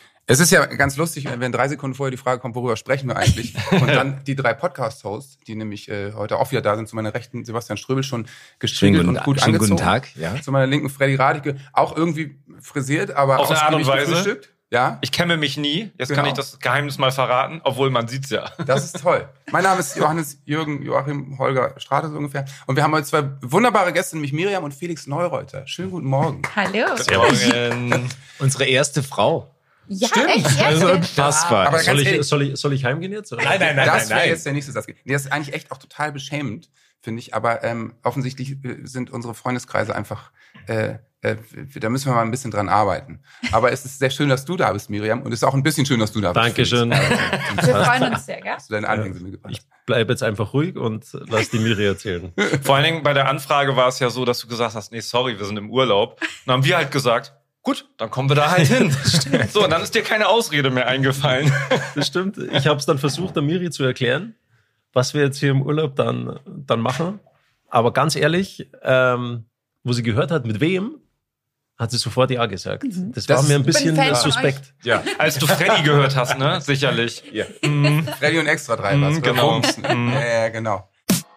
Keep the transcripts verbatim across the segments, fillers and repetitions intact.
Es ist ja ganz lustig, wenn drei Sekunden vorher die Frage kommt, worüber sprechen wir eigentlich? Und dann die drei Podcast-Hosts, die nämlich äh, heute auch wieder da sind, zu meiner rechten Sebastian Ströbel schon gestriegelt und gut schönen angezogen. Guten Tag, ja. Zu meiner linken Freddy Radicke, auch irgendwie frisiert, aber auf eine Art und Weise. Gefrühstückt. Ja. Ich kämme mich nie. Jetzt Genau. kann ich das Geheimnis mal verraten, obwohl man sieht's ja. Das ist toll. Mein Name ist Johannes Jürgen Joachim Holger Strate so ungefähr. Und wir haben heute zwei wunderbare Gäste, nämlich Miriam und Felix Neureuter. Schönen guten Morgen. Hallo. Morgen. Unsere erste Frau. Ja, Stimmt. echt? Also unfassbar. Aber Soll ganz ich, ehrlich, soll, ich, soll ich heimgehen jetzt? Oder? Nein, nein, nein, das nein, wäre nein. jetzt der nächste Satz. Nee, das ist eigentlich echt auch total beschämend, finde ich. Aber ähm, offensichtlich äh, sind unsere Freundeskreise einfach, äh, äh, da müssen wir mal ein bisschen dran arbeiten. Aber es ist sehr schön, dass du da bist, Miriam. Und es ist auch ein bisschen schön, dass du da bist. Dankeschön. Wir freuen uns sehr, gell? Dass du deine Anhängsel mitgebracht Ich hast. bleibe jetzt einfach ruhig und lass die Miri erzählen. Vor allen Dingen bei der Anfrage war es ja so, dass du gesagt hast, nee, sorry, wir sind im Urlaub. Dann haben wir halt gesagt, gut, dann kommen wir da halt hin. So, und dann ist dir keine Ausrede mehr eingefallen. Das stimmt. Ich habe es dann versucht, der Miri zu erklären, was wir jetzt hier im Urlaub dann, dann machen. Aber ganz ehrlich, ähm, wo sie gehört hat, mit wem, hat sie sofort Ja gesagt. Mhm. Das, Das war mir ein Ich bin bisschen Fan von suspekt. Ja, als du Freddy gehört hast, ne? Sicherlich. Ja. Mhm. Freddy und Extra drei war's, Mm, oder? genau. Bums, ne? Mm. Ja, ja, genau.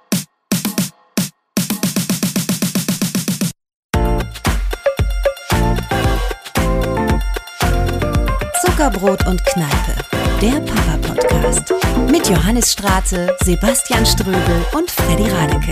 Zuckerbrot und Kneipe, der Papa-Podcast. Mit Johannes Strate, Sebastian Ströbel und Freddy Radicke.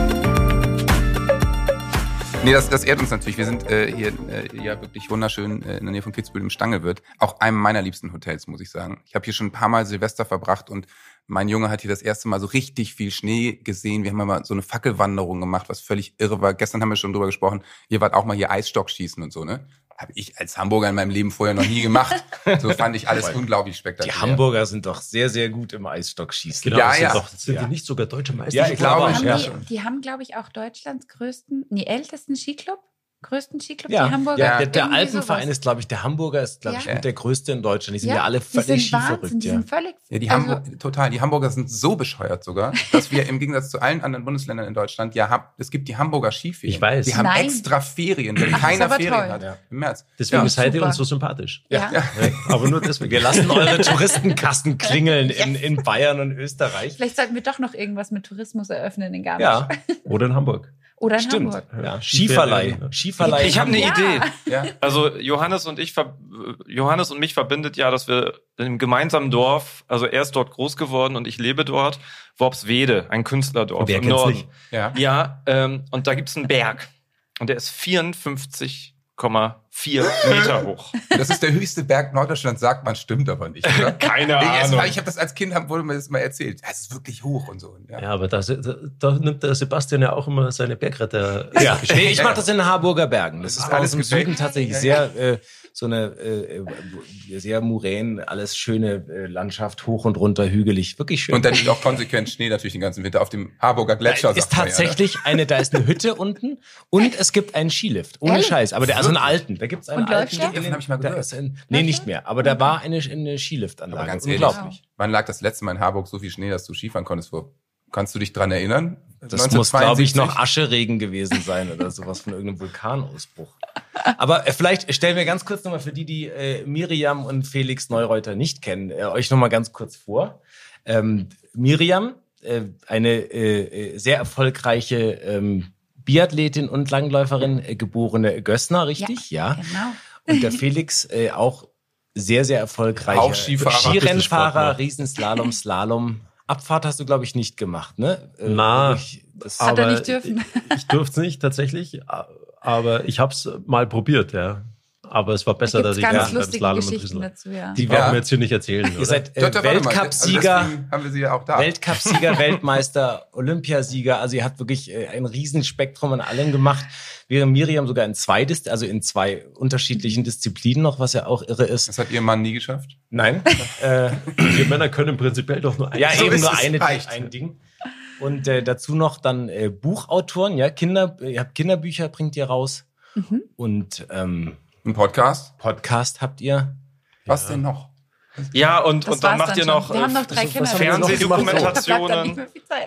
Nee, das, das ehrt uns natürlich. Wir sind äh, hier äh, ja wirklich wunderschön äh, in der Nähe von Kitzbühel im Stangelwirt. Auch einem meiner liebsten Hotels, muss ich sagen. Ich habe hier schon ein paar Mal Silvester verbracht und mein Junge hat hier das erste Mal so richtig viel Schnee gesehen. Wir haben mal so eine Fackelwanderung gemacht, was völlig irre war. Gestern haben wir schon drüber gesprochen. Ihr wart auch mal hier Eisstockschießen und so, ne? Habe ich als Hamburger in meinem Leben vorher noch nie gemacht. So fand ich alles unglaublich Die spektakulär. Hamburger sind doch sehr, sehr gut im Eisstockschießen. Genau, Ja, das sind, ja. doch, sind Ja. die nicht sogar deutsche Meister? Ja, ich glaube, Haben ja. die, die haben, glaube ich, auch Deutschlands größten, nee, ältesten Skiclub. Größten Skiclub, Ja, die Hamburger. ja der, der Irgendwie Alpenverein sowas. ist, glaube ich, der Hamburger ist, glaube ich, Ja. mit der größte in Deutschland. Die sind ja, Ja, alle die völlig sind Wahnsinn, skiverrückt. die Ja. sind völlig. Ja, die also, Hamburg, total. Die Hamburger sind so bescheuert sogar, dass wir im Gegensatz zu allen anderen Bundesländern in Deutschland ja haben, es gibt die Hamburger Skiferien. Ich weiß. Die haben Nein. extra Ferien, wenn Ach, keiner ist aber Ferien toll. hat. Ja. Im März. Deswegen Ja, seid ihr super. uns so sympathisch. Ja. Ja. Aber nur deswegen. Wir lassen eure Touristenkassen klingeln in, in Bayern und Österreich. Vielleicht sollten wir doch noch irgendwas mit Tourismus eröffnen in Garmisch. Ja, Oder in Hamburg. Oder in stimmt. Hamburg. Ja. Skiverleih. Skiverleih. Ich habe eine Ja. Idee. Ja. Also Johannes und ich, ver- Johannes und mich verbindet ja, dass wir in einem gemeinsamen Dorf, also er ist dort groß geworden und ich lebe dort, Worpswede, ein Künstlerdorf Wer im kennt's Norden. nicht? Ja. Ja, ähm, und da gibt's einen Berg und der ist vierundfünfzig Komma vier Meter hoch. Das ist der höchste Berg Norddeutschlands, sagt man, stimmt aber nicht, oder? Keine Nee, erst Ahnung. mal, ich habe das als Kind, hab, wurde mir das mal erzählt. Es ist wirklich hoch und so. Ja. Ja, aber da, da, da nimmt der Sebastian ja auch immer seine Bergretter. Ja, nee, ich mache das in den Harburger Bergen. Das ist bei Alles uns im gefällt? Süden tatsächlich sehr äh, so eine äh, sehr Muränen, alles schöne äh, Landschaft, hoch und runter, hügelig, wirklich schön. Und dann liegt auch konsequent Schnee natürlich den ganzen Winter auf dem Harburger Gletscher. Da ist sagt man ja, ne? tatsächlich eine, da ist eine Hütte unten und es gibt einen Skilift. Ohne Ehrlich? Scheiß. Aber der, also einen alten. Da gibt's einen Und läuft alten. der? in Davon den- hab ich mal da gehört. ist ein, nee, nicht mehr. Aber da war eine, eine Skiliftanlage. Aber ganz ehrlich, Unglaublich. wann lag das letzte Mal in Harburg so viel Schnee, dass du Skifahren konntest? Wo, kannst du dich dran erinnern? Das muss, glaube ich, noch neunzehnhundertzweiundsiebzig? Ascheregen gewesen sein oder sowas von irgendeinem Vulkanausbruch. Aber äh, vielleicht stellen wir ganz kurz nochmal für die, die äh, Miriam und Felix Neureuter nicht kennen, äh, euch nochmal ganz kurz vor. Ähm, Miriam, äh, eine äh, sehr erfolgreiche ähm, Biathletin und Langläuferin, äh, geborene Gössner, richtig? Ja. Genau. Und der Felix äh, auch sehr, sehr erfolgreicher Auch Skifahrer, Skirennfahrer, Sportler. Riesenslalom, Slalom. Abfahrt hast du, glaube ich, nicht gemacht, ne? Äh, Na, ich, das, Hat er aber nicht dürfen. Ich, ich durfte es nicht tatsächlich, aber ich habe es mal probiert, ja. Aber es war besser, Da dass gibt's ich ganz ja, beim lustige Slalom und Geschichten Riesler. dazu, ja. Die Ja. werden wir jetzt hier nicht erzählen, ihr oder? seid äh, Doch, doch, warte mal. Weltcupsieger, Also deswegen haben wir sie ja auch da. Weltcupsieger, Weltmeister, Olympiasieger. Also ihr habt wirklich äh, ein Riesenspektrum an allem gemacht. Während Miriam sogar in zwei, Dis- also in zwei unterschiedlichen Disziplinen noch, was ja auch irre ist. Das hat ihr Mann nie geschafft. Nein. äh, Wir Männer können prinzipiell doch nur eins. Ja, So eben ist nur es, eine, reicht. ein Ding. Und äh, dazu noch dann äh, Buchautoren, ja, Kinder, ihr habt Kinderbücher, bringt ihr raus. Mhm. Und ähm, Ein Podcast? Podcast habt ihr. Was denn noch? Ja, und, Das und dann war's macht ihr schon. noch Wir haben noch äh, drei was Kinder. haben wir noch gemacht? Da bleibt dann Fernsehdokumentationen. nicht mehr viel Zeit.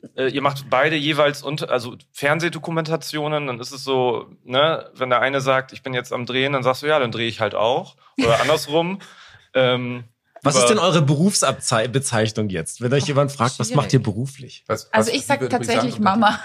äh, ihr macht beide jeweils unter, also Fernsehdokumentationen, dann ist es so, ne, wenn der eine sagt, ich bin jetzt am Drehen, dann sagst du, ja, dann drehe ich halt auch. Oder andersrum. ähm, Was ist denn eure Berufsbezeichnung jetzt? Wenn euch jemand fragt, was schwierig. macht ihr beruflich? Was, was, Also ich wie sag würde tatsächlich sagen, Mama.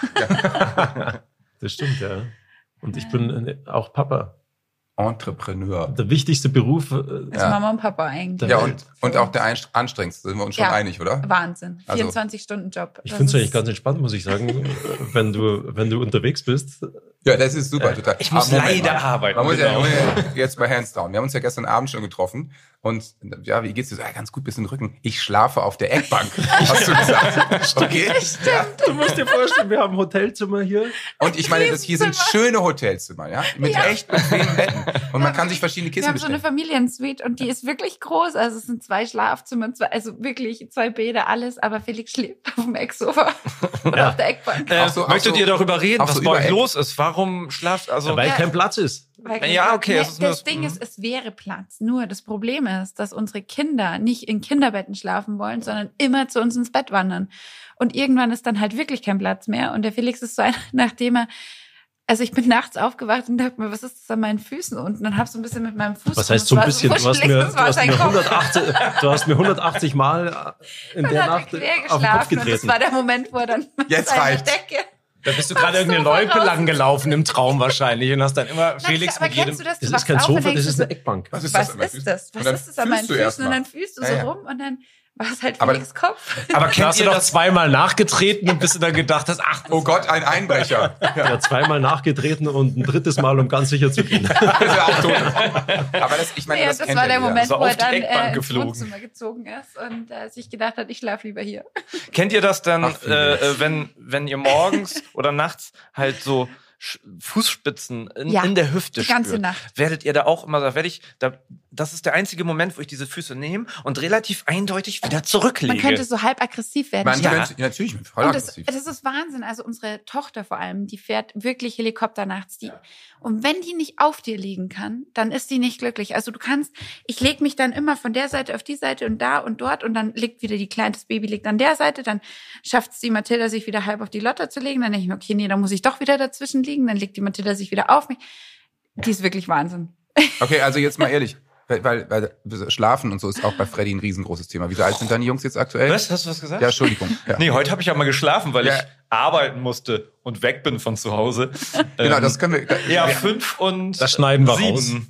Das stimmt, ja. Und ich bin äh, auch Papa. Entrepreneur. Der wichtigste Beruf. äh, Also Ja. Mama und Papa eigentlich. Ja, und, und auch der einst- anstrengendste, sind wir uns schon Ja. einig, oder? Wahnsinn. Also- vierundzwanzig-Stunden-Job. Ich Das finde es ist- eigentlich ganz entspannt, muss ich sagen, wenn du, wenn du unterwegs bist. Ja, das ist super, total. Ich muss Aber Moment leider mal. arbeiten. Man muss ja, genau. man muss ja jetzt bei Hands Down. Wir haben uns ja gestern Abend schon getroffen und ja, wie geht's dir? So, ja, ganz gut, bisschen Rücken. Ich schlafe auf der Eckbank, hast du gesagt. Okay. Ja. Du musst dir vorstellen, wir haben ein Hotelzimmer hier. Und ich meine, das hier sind schöne Hotelzimmer, ja, mit Ja. echt bequemen Betten. Und man kann sich verschiedene Wir Kissen haben so eine bestellen. Familiensuite und die ist wirklich groß. Also es sind zwei Schlafzimmer, zwei, also wirklich zwei Bäder, alles. Aber Felix schläft auf dem Ecksofa oder Ja. auf der Eckbank. Äh, Auch so- auch möchtet so- ihr darüber reden, auch was so bei euch über Eck? los ist? Warum schlaft, also, Weil Ja. kein Platz ist. Weil- Ja, okay, Nee, es ist nur das das- Ding mhm. ist, es wäre Platz. Nur das Problem ist, dass unsere Kinder nicht in Kinderbetten schlafen wollen, sondern immer zu uns ins Bett wandern. Und irgendwann ist dann halt wirklich kein Platz mehr. Und der Felix ist so einer, nachdem er, also ich bin nachts aufgewacht und dachte mir, was ist das an meinen Füßen unten? Und hab so ein bisschen mit meinem Fuß. Was heißt so ein bisschen? Du hast mir, du hast mir, Kopf. hundertachtzig, du hast mir hundertachtzig Mal in Und der hat er Nacht quer auf den Kopf geschlafen. Und das getreten. war der Moment, wo er dann mit Jetzt seiner reicht's. Decke. Da bist du gerade irgendeine Sofa Loipe raus. lang gelaufen im Traum wahrscheinlich und hast dann immer Felix aber mit jedem... kennst du das? Du Das ist wachst kein auf und Sofa, denkst das dir ist so, eine Eckbank. Was ist was an meinen ist Füßen? das? Was Und dann ist das an meinen fühlst du Füßen? erst Und mal. dann fühlst du Ja, so ja. rum und dann war es halt Aber- Felix Kopf. aber Da kennt hast du ihr doch das? zweimal nachgetreten und bis du dann gedacht hast, ach, Oh Gott, ein Einbrecher. Er hat zweimal nachgetreten und ein drittes Mal, um ganz sicher zu gehen. Das ist ja auch tot. Aber das, ich meine, Ja, das, das kennt war ja der jeder. Moment, So wo auf er die dann Eckbank äh, ins geflogen. Wohnzimmer gezogen ist und äh, sich gedacht hat, ich schlafe lieber hier. Kennt ihr das dann, Ach, äh, äh, wenn, wenn ihr morgens oder nachts halt so Sch- Fußspitzen in, Ja, in der Hüfte die ganze spürt? Nacht. Werdet ihr da auch immer, da werde ich, da, das ist der einzige Moment, wo ich diese Füße nehme und relativ eindeutig wieder zurücklege. Man könnte so halb aggressiv werden. Man Ja. könnte, ja, natürlich, mit voll Und das, aggressiv. das ist Wahnsinn. Also unsere Tochter vor allem, die fährt wirklich Helikopter nachts. Die, und wenn die nicht auf dir liegen kann, dann ist die nicht glücklich. Also du kannst, ich lege mich dann immer von der Seite auf die Seite und da und dort und dann liegt wieder die Kleine, das Baby liegt an der Seite, dann schafft es die Mathilda, sich wieder halb auf die Lotta zu legen. Dann denke ich mir, okay, nee, dann muss ich doch wieder dazwischen liegen. Dann legt die Mathilda sich wieder auf mich. Die ist wirklich Wahnsinn. Okay, also jetzt mal ehrlich. Weil, weil, weil Schlafen und so ist auch bei Freddy ein riesengroßes Thema. Wie alt sind deine Jungs jetzt aktuell? Was? Hast du was gesagt? Ja, Entschuldigung. Ja. Nee, heute habe ich ja mal geschlafen, weil Ja. ich arbeiten musste und weg bin von zu Hause. Genau, Ähm, das können wir. Da, Ja, fünf und Das schneiden wir sieben.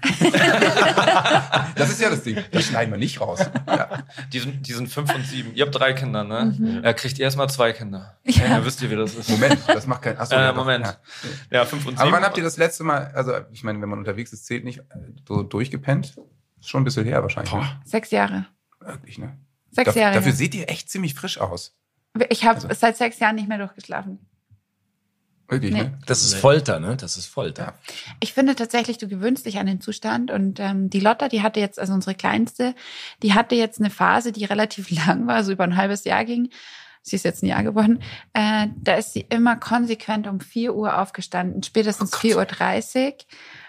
Das ist ja das Ding. Das schneiden wir nicht raus. Ja. Die sind, die sind fünf und sieben. Ihr habt drei Kinder, ne? Er kriegt erstmal zwei Kinder. Ja. Ja, wisst ihr, wie das ist. Moment, das macht keinen. Achso, Äh, ja, doch, Moment. Ja. Ja, fünf und sieben. Aber wann habt ihr das letzte Mal, also ich meine, wenn man unterwegs ist, zählt nicht, so durchgepennt? Ist schon ein bisschen her wahrscheinlich. Ne? Sechs Jahre. Wirklich, ne? Sechs Daf- Jahre. Dafür her. seht ihr echt ziemlich frisch aus. Ich habe Also- seit sechs Jahren nicht mehr durchgeschlafen. Wirklich, Nee. ne? das ist Folter, ne? Das ist Folter. Ja. Ich finde tatsächlich, du gewöhnst dich an den Zustand. Und ähm, die Lotta, die hatte jetzt, also unsere Kleinste, die hatte jetzt eine Phase, die relativ lang war, so über ein halbes Jahr ging. Sie ist jetzt ein Jahr geworden. Äh, da ist sie immer konsequent um vier Uhr aufgestanden, spätestens vier Uhr dreißig.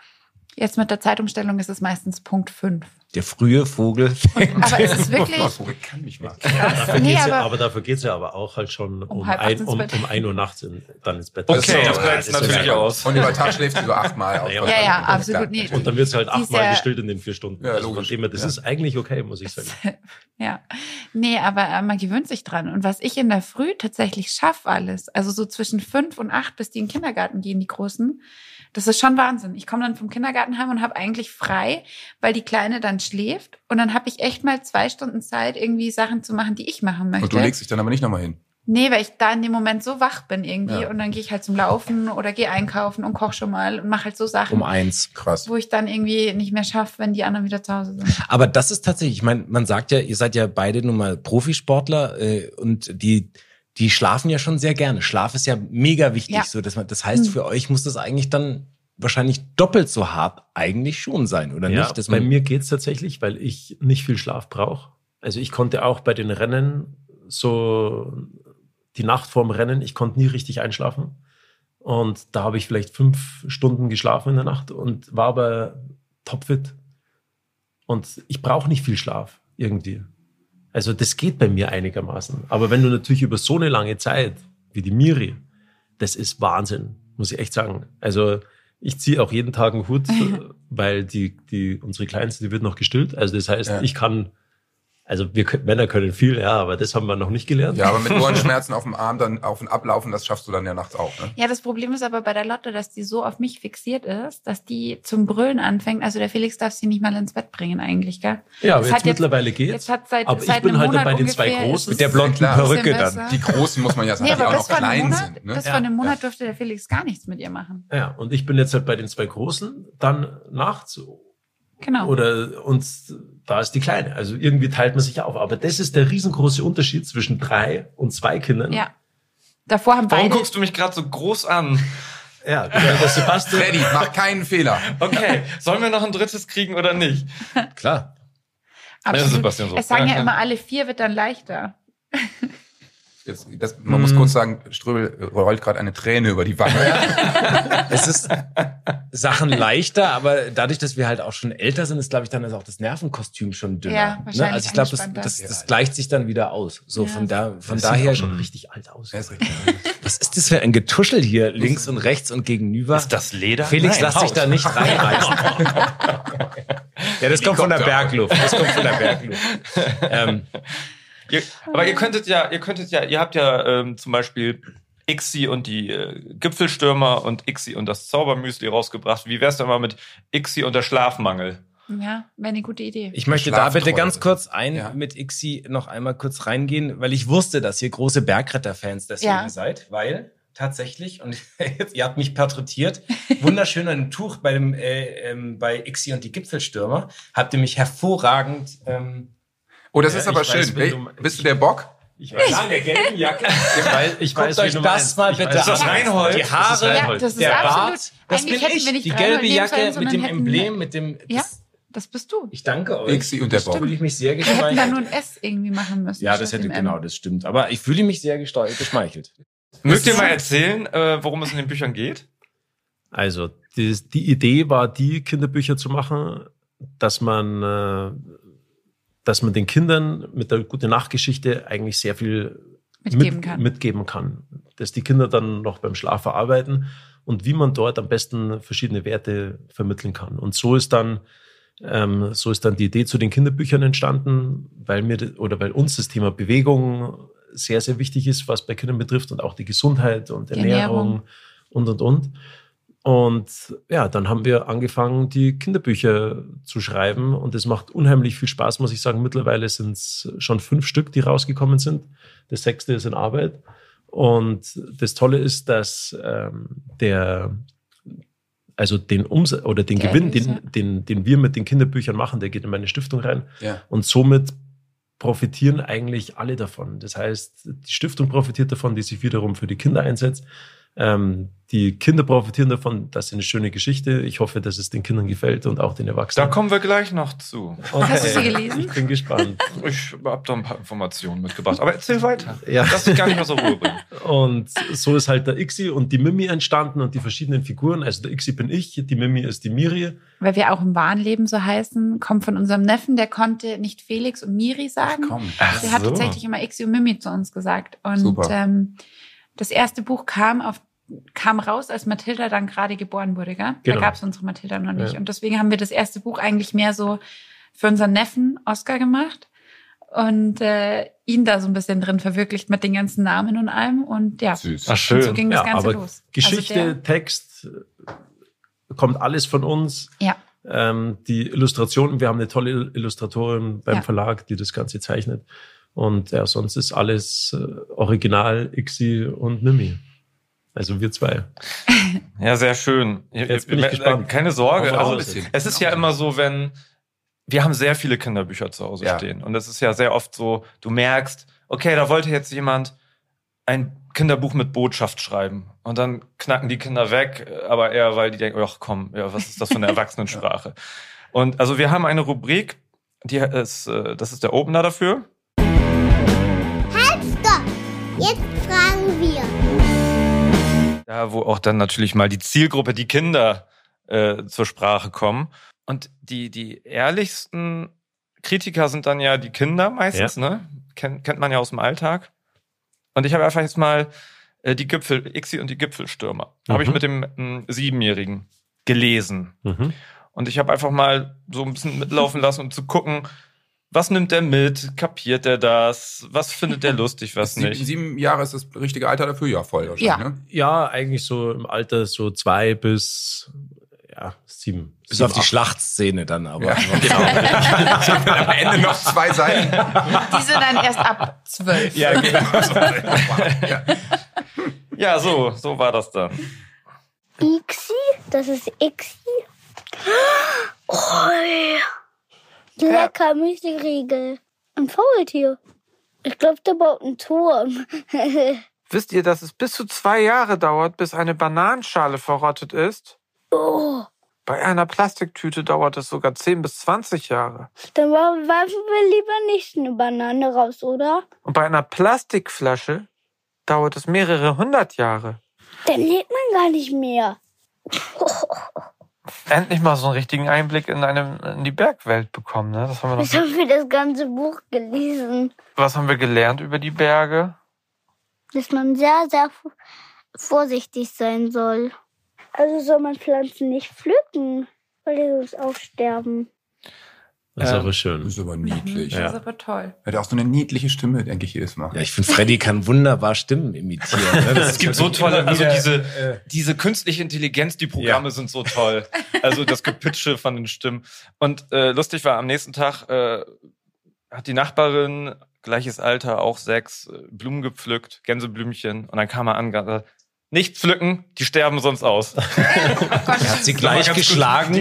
Jetzt mit der Zeitumstellung ist es meistens Punkt fünf. Der frühe Vogel. Aber es ist wirklich... Oh, ich kann mich mal. Dafür Nee, geht's ja, aber- aber dafür geht's ja aber auch halt schon um, Um halb acht ein, ins um, Bett. um ein Uhr nachts in, dann ins Bett. Okay, Das das ist- gleicht ist natürlich ja- aus. Und über Tag schläft sie so achtmal. auf- Ja, Ja, ja, Das ist absolut. klar. Nee. Und dann wird's halt Die ist achtmal ja- gestillt in den vier Stunden. Ja, also von logisch. dem her, das Ja. ist eigentlich okay, muss ich sagen. Ja, nee, aber äh, man gewöhnt sich dran. Und was ich in der Früh tatsächlich schaffe alles, also so zwischen fünf und acht, bis die in den Kindergarten gehen, die Großen, das ist schon Wahnsinn. Ich komme dann vom Kindergarten heim und habe eigentlich frei, weil die Kleine dann schläft. Und dann habe ich echt mal zwei Stunden Zeit, irgendwie Sachen zu machen, die ich machen möchte. Und du legst dich dann aber nicht nochmal hin. Nee, weil ich da in dem Moment so wach bin irgendwie. Ja. Und dann gehe ich halt zum Laufen oder gehe einkaufen und koche schon mal und mache halt so Sachen, Um eins. Krass. wo ich dann irgendwie nicht mehr schaffe, wenn die anderen wieder zu Hause sind. Aber das ist tatsächlich, ich meine, man sagt ja, ihr seid ja beide nun mal Profisportler äh, und die die schlafen ja schon sehr gerne. Schlaf ist ja mega wichtig, Ja. so dass man, das heißt, Mhm. für euch muss das eigentlich dann wahrscheinlich doppelt so hart eigentlich schon sein, oder Ja, nicht? Dass bei man, mir geht's tatsächlich, weil ich nicht viel Schlaf brauche. Also ich konnte auch bei den Rennen so die Nacht vorm Rennen, ich konnte nie richtig einschlafen. Und da habe ich vielleicht fünf Stunden geschlafen in der Nacht und war aber topfit. Und ich brauche nicht viel Schlaf irgendwie. Also das geht bei mir einigermaßen. Aber wenn du natürlich über so eine lange Zeit wie die Miri, das ist Wahnsinn, muss ich echt sagen. Also ich ziehe auch jeden Tag einen Hut, weil die, die, unsere Kleinste, die wird noch gestillt. Also das heißt, ja. ich kann, also wir Männer können viel, ja, aber das haben wir noch nicht gelernt. Ja, aber mit Ohrenschmerzen auf dem Arm dann auf und ablaufen, das schaffst du dann ja nachts auch, ne? Ja, das Problem ist aber bei der Lotte, dass die so auf mich fixiert ist, dass die zum Brüllen anfängt. Also der Felix darf sie nicht mal ins Bett bringen eigentlich, gell? Ja, aber das jetzt, hat jetzt mittlerweile geht's. Jetzt hat seit, aber seit ich bin einem halt Monat bei den zwei ungefähr Großen. Mit der blonden klar. Perücke dann. Die Großen muss man ja sagen, Nee, die aber auch bis noch vor einem klein Monat, sind. Ne? bis Ja. vor einem Monat durfte der Felix gar nichts mit ihr machen. Ja, und ich bin jetzt halt bei den zwei Großen, dann nachts Genau. oder und da ist die Kleine. Also irgendwie teilt man sich auf. Aber das ist der riesengroße Unterschied zwischen drei und zwei Kindern. Ja. Davor haben Warum beide... guckst du mich gerade so groß an? Ja, der Sebastian. Freddy, mach keinen Fehler. Okay, sollen wir noch ein drittes kriegen oder nicht? Klar. Absolut. Ja, Sebastian so. Es sagen ja Ja. immer, alle vier wird dann leichter. Jetzt, das, man muss kurz sagen, Ströbel rollt gerade eine Träne über die Wange. Es ist Sachen leichter, aber dadurch, dass wir halt auch schon älter sind, ist, glaube ich, dann ist auch das Nervenkostüm schon dünner. Ja, ne? wahrscheinlich Also ich glaube, das, angespannter. das, das gleicht sich dann wieder aus. So Ja. von da, von Das daher sieht auch schon richtig alt aus. Er ist richtig. Was ist das für ein Getuschel hier links und rechts und gegenüber? Ist das Leder? Felix, Nein, lass dich Haut. da nicht reinreißen. Ja, das kommt von der Bergluft. Das kommt von der Bergluft. ähm, Ihr, aber ihr könntet ja, ihr könntet ja, ihr habt ja ähm, zum Beispiel Ixi und die äh, Gipfelstürmer und Ixi und das Zaubermüsli rausgebracht. Wie wär's denn mal mit Ixi und der Schlafmangel? Ja, wäre eine gute Idee. Ich möchte da bitte Schlafträume. ganz kurz ein Ja. mit Ixi noch einmal kurz reingehen, weil ich wusste, dass ihr große Bergretter-Fans deswegen Ja. seid, weil tatsächlich, und jetzt, ihr habt mich porträtiert, wunderschön ein Tuch bei dem, äh, ähm, bei Ixi und die Gipfelstürmer, habt ihr mich hervorragend, ähm, Oh, das Ja, ist aber ich weiß, schön. wenn Wel- du- Bist du der Bock? Ich weiß, in der gelben Jacke. ich weiß, ich Guckt weiß euch wie du das meinst. mal Ich bitte weiß, an. Ist das Reinhold? Die Haare, Ja, das ist der absolut- Bart, das eigentlich bin hätten ich. wir nicht Die Reinhold gelbe nehmen Jacke sollen, mit sondern dem hätten- Emblem, mit dem, Ja, das, das bist du. ich danke euch. Ixi und der Da Bock. fühle ich mich sehr Wir hätten da geschmeichelt. nur ein S irgendwie machen müssen. Ja, statt das hätte, dem M. genau, das stimmt. Aber ich fühle mich sehr gesteu- geschmeichelt. Mögt ihr mal erzählen, äh, worum es in den Büchern geht? Also, die, die Idee war, die Kinderbücher zu machen, dass man, äh, dass man den Kindern mit der Gute-Nacht-Geschichte eigentlich sehr viel Mitgeben mit, kann. mitgeben kann. Dass die Kinder dann noch beim Schlaf verarbeiten und wie man dort am besten verschiedene Werte vermitteln kann. Und so ist dann, ähm, so ist dann die Idee zu den Kinderbüchern entstanden, weil mir oder weil uns das Thema Bewegung sehr, sehr wichtig ist, was bei Kindern betrifft und auch die Gesundheit und Die Ernährung, Ernährung. und, und, und. Und ja, dann haben wir angefangen, die Kinderbücher zu schreiben und es macht unheimlich viel Spaß, muss ich sagen. Mittlerweile sind es schon fünf Stück, die rausgekommen sind. Das sechste ist in Arbeit. Und das Tolle ist, dass ähm, der, also den Umsatz oder den Der Gewinn, Erlös, den, ja. den, den wir mit den Kinderbüchern machen, der geht in meine Stiftung rein. Ja. Und somit profitieren eigentlich alle davon. Das heißt, die Stiftung profitiert davon, die sich wiederum für die Kinder einsetzt. Ähm, die Kinder profitieren davon, das ist eine schöne Geschichte. Ich hoffe, dass es den Kindern gefällt und auch den Da Erwachsenen. kommen wir gleich noch zu. Okay. Hast du sie gelesen? Ich bin gespannt. Ich habe da ein paar Informationen mitgebracht. Aber erzähl weiter. Ja. Lass dich gar nicht mehr so Ruhe bringen. Und so ist halt der Ixi und die Mimi entstanden und die verschiedenen Figuren. Also der Ixi bin ich, die Mimi ist die Miri. Weil wir auch im wahren Leben so heißen, kommt von unserem Neffen, der konnte nicht Felix und Miri sagen. Komm. Ach Der hat so. tatsächlich immer Ixi und Mimi zu uns gesagt. Und Super. ähm, das erste Buch kam auf kam raus, als Mathilda dann gerade geboren wurde, gell? Genau. Da gab es unsere Mathilda noch nicht. Ja. Und deswegen haben wir das erste Buch eigentlich mehr so für unseren Neffen Oscar gemacht und äh, ihn da so ein bisschen drin verwirklicht mit den ganzen Namen und allem. Und ja, Süß. Ach, und schön. so ging das Ja, Ganze aber los. Geschichte, Also Text, kommt alles von uns. der, ja, Ähm, die Illustrationen, wir haben eine tolle Illustratorin beim Ja. Verlag, die das Ganze zeichnet. Und ja, sonst ist alles äh, original, Ixi und Mimi. Also wir zwei. Ja, sehr schön. Jetzt bin ich Äh, gespannt. Keine Sorge. Auch ein Also, bisschen. es ist ja immer so, wenn wir haben sehr viele Kinderbücher zu Hause Ja. stehen. Und es ist ja sehr oft so, du merkst, okay, da wollte jetzt jemand ein Kinderbuch mit Botschaft schreiben. Und dann knacken die Kinder weg, aber eher, weil die denken, ach komm, ja, was ist das für eine Erwachsenensprache? Und also wir haben eine Rubrik, die ist, äh, das ist der Opener dafür. Stopp! Jetzt fragen wir. Ja, wo auch dann natürlich mal die Zielgruppe, die Kinder äh, zur Sprache kommen. Und die, die ehrlichsten Kritiker sind dann ja die Kinder meistens, ne? Kennt, kennt man ja aus dem Alltag. Und ich habe einfach jetzt mal Äh, die Gipfel, Ixi und die Gipfelstürmer. Mhm. Habe ich mit dem ähm, Siebenjährigen gelesen. Mhm. Und ich habe einfach mal so ein bisschen mitlaufen lassen, um zu gucken, was nimmt der mit? Kapiert der das? Was findet der lustig, was Sieben, nicht? sieben Jahre ist das richtige Alter dafür, ja, voll wahrscheinlich. Ja. Ne? Ja, eigentlich so im Alter so zwei bis ja, sieben. Bis sieben, auf die acht. Schlachtszene dann aber. Ja, genau. Am Ende noch zwei Seiten. Die sind dann erst ab zwölf. Ja, genau. Ja. Ja, so, so war das dann. Ixi? Das ist Ixi? Oh, lecker Müsli-Riegel. Ein Faultier. Ich glaube, der baut einen Turm. Wisst ihr, dass es bis zu zwei Jahre dauert, bis eine Bananenschale verrottet ist? Oh, Bei einer Plastiktüte dauert es sogar zehn bis zwanzig Jahre. dann werfen wir lieber nicht eine Banane raus, oder? Und bei einer Plastikflasche dauert es mehrere hundert Jahre. Dann lebt man gar nicht mehr. Endlich mal so einen richtigen Einblick in, eine, in die Bergwelt bekommen. Ne? Das haben wir noch. Ich habe das ganze Buch gelesen. Was haben wir gelernt über die Berge? Dass man sehr, sehr vorsichtig sein soll. Also soll man Pflanzen nicht pflücken, weil die sonst aussterben. Das ist Ähm, aber schön. Das ist aber niedlich. Das Ja. ist aber toll. Er hat auch so eine niedliche Stimme, denke ich jedes Mal. Ja, ich finde, Freddy kann wunderbar Stimmen imitieren. Ne? Das Es ist gibt so wirklich tolle, immer also wieder, diese, äh, diese künstliche Intelligenz, die Programme Ja. sind so toll. Also das Gepitche von den Stimmen. Und äh, lustig war, am nächsten Tag äh, hat die Nachbarin, gleiches Alter, auch sechs, äh, Blumen gepflückt, Gänseblümchen. Und dann kam er an, gesagt, nicht pflücken, die sterben sonst aus. er hat sie gleich geschlagen.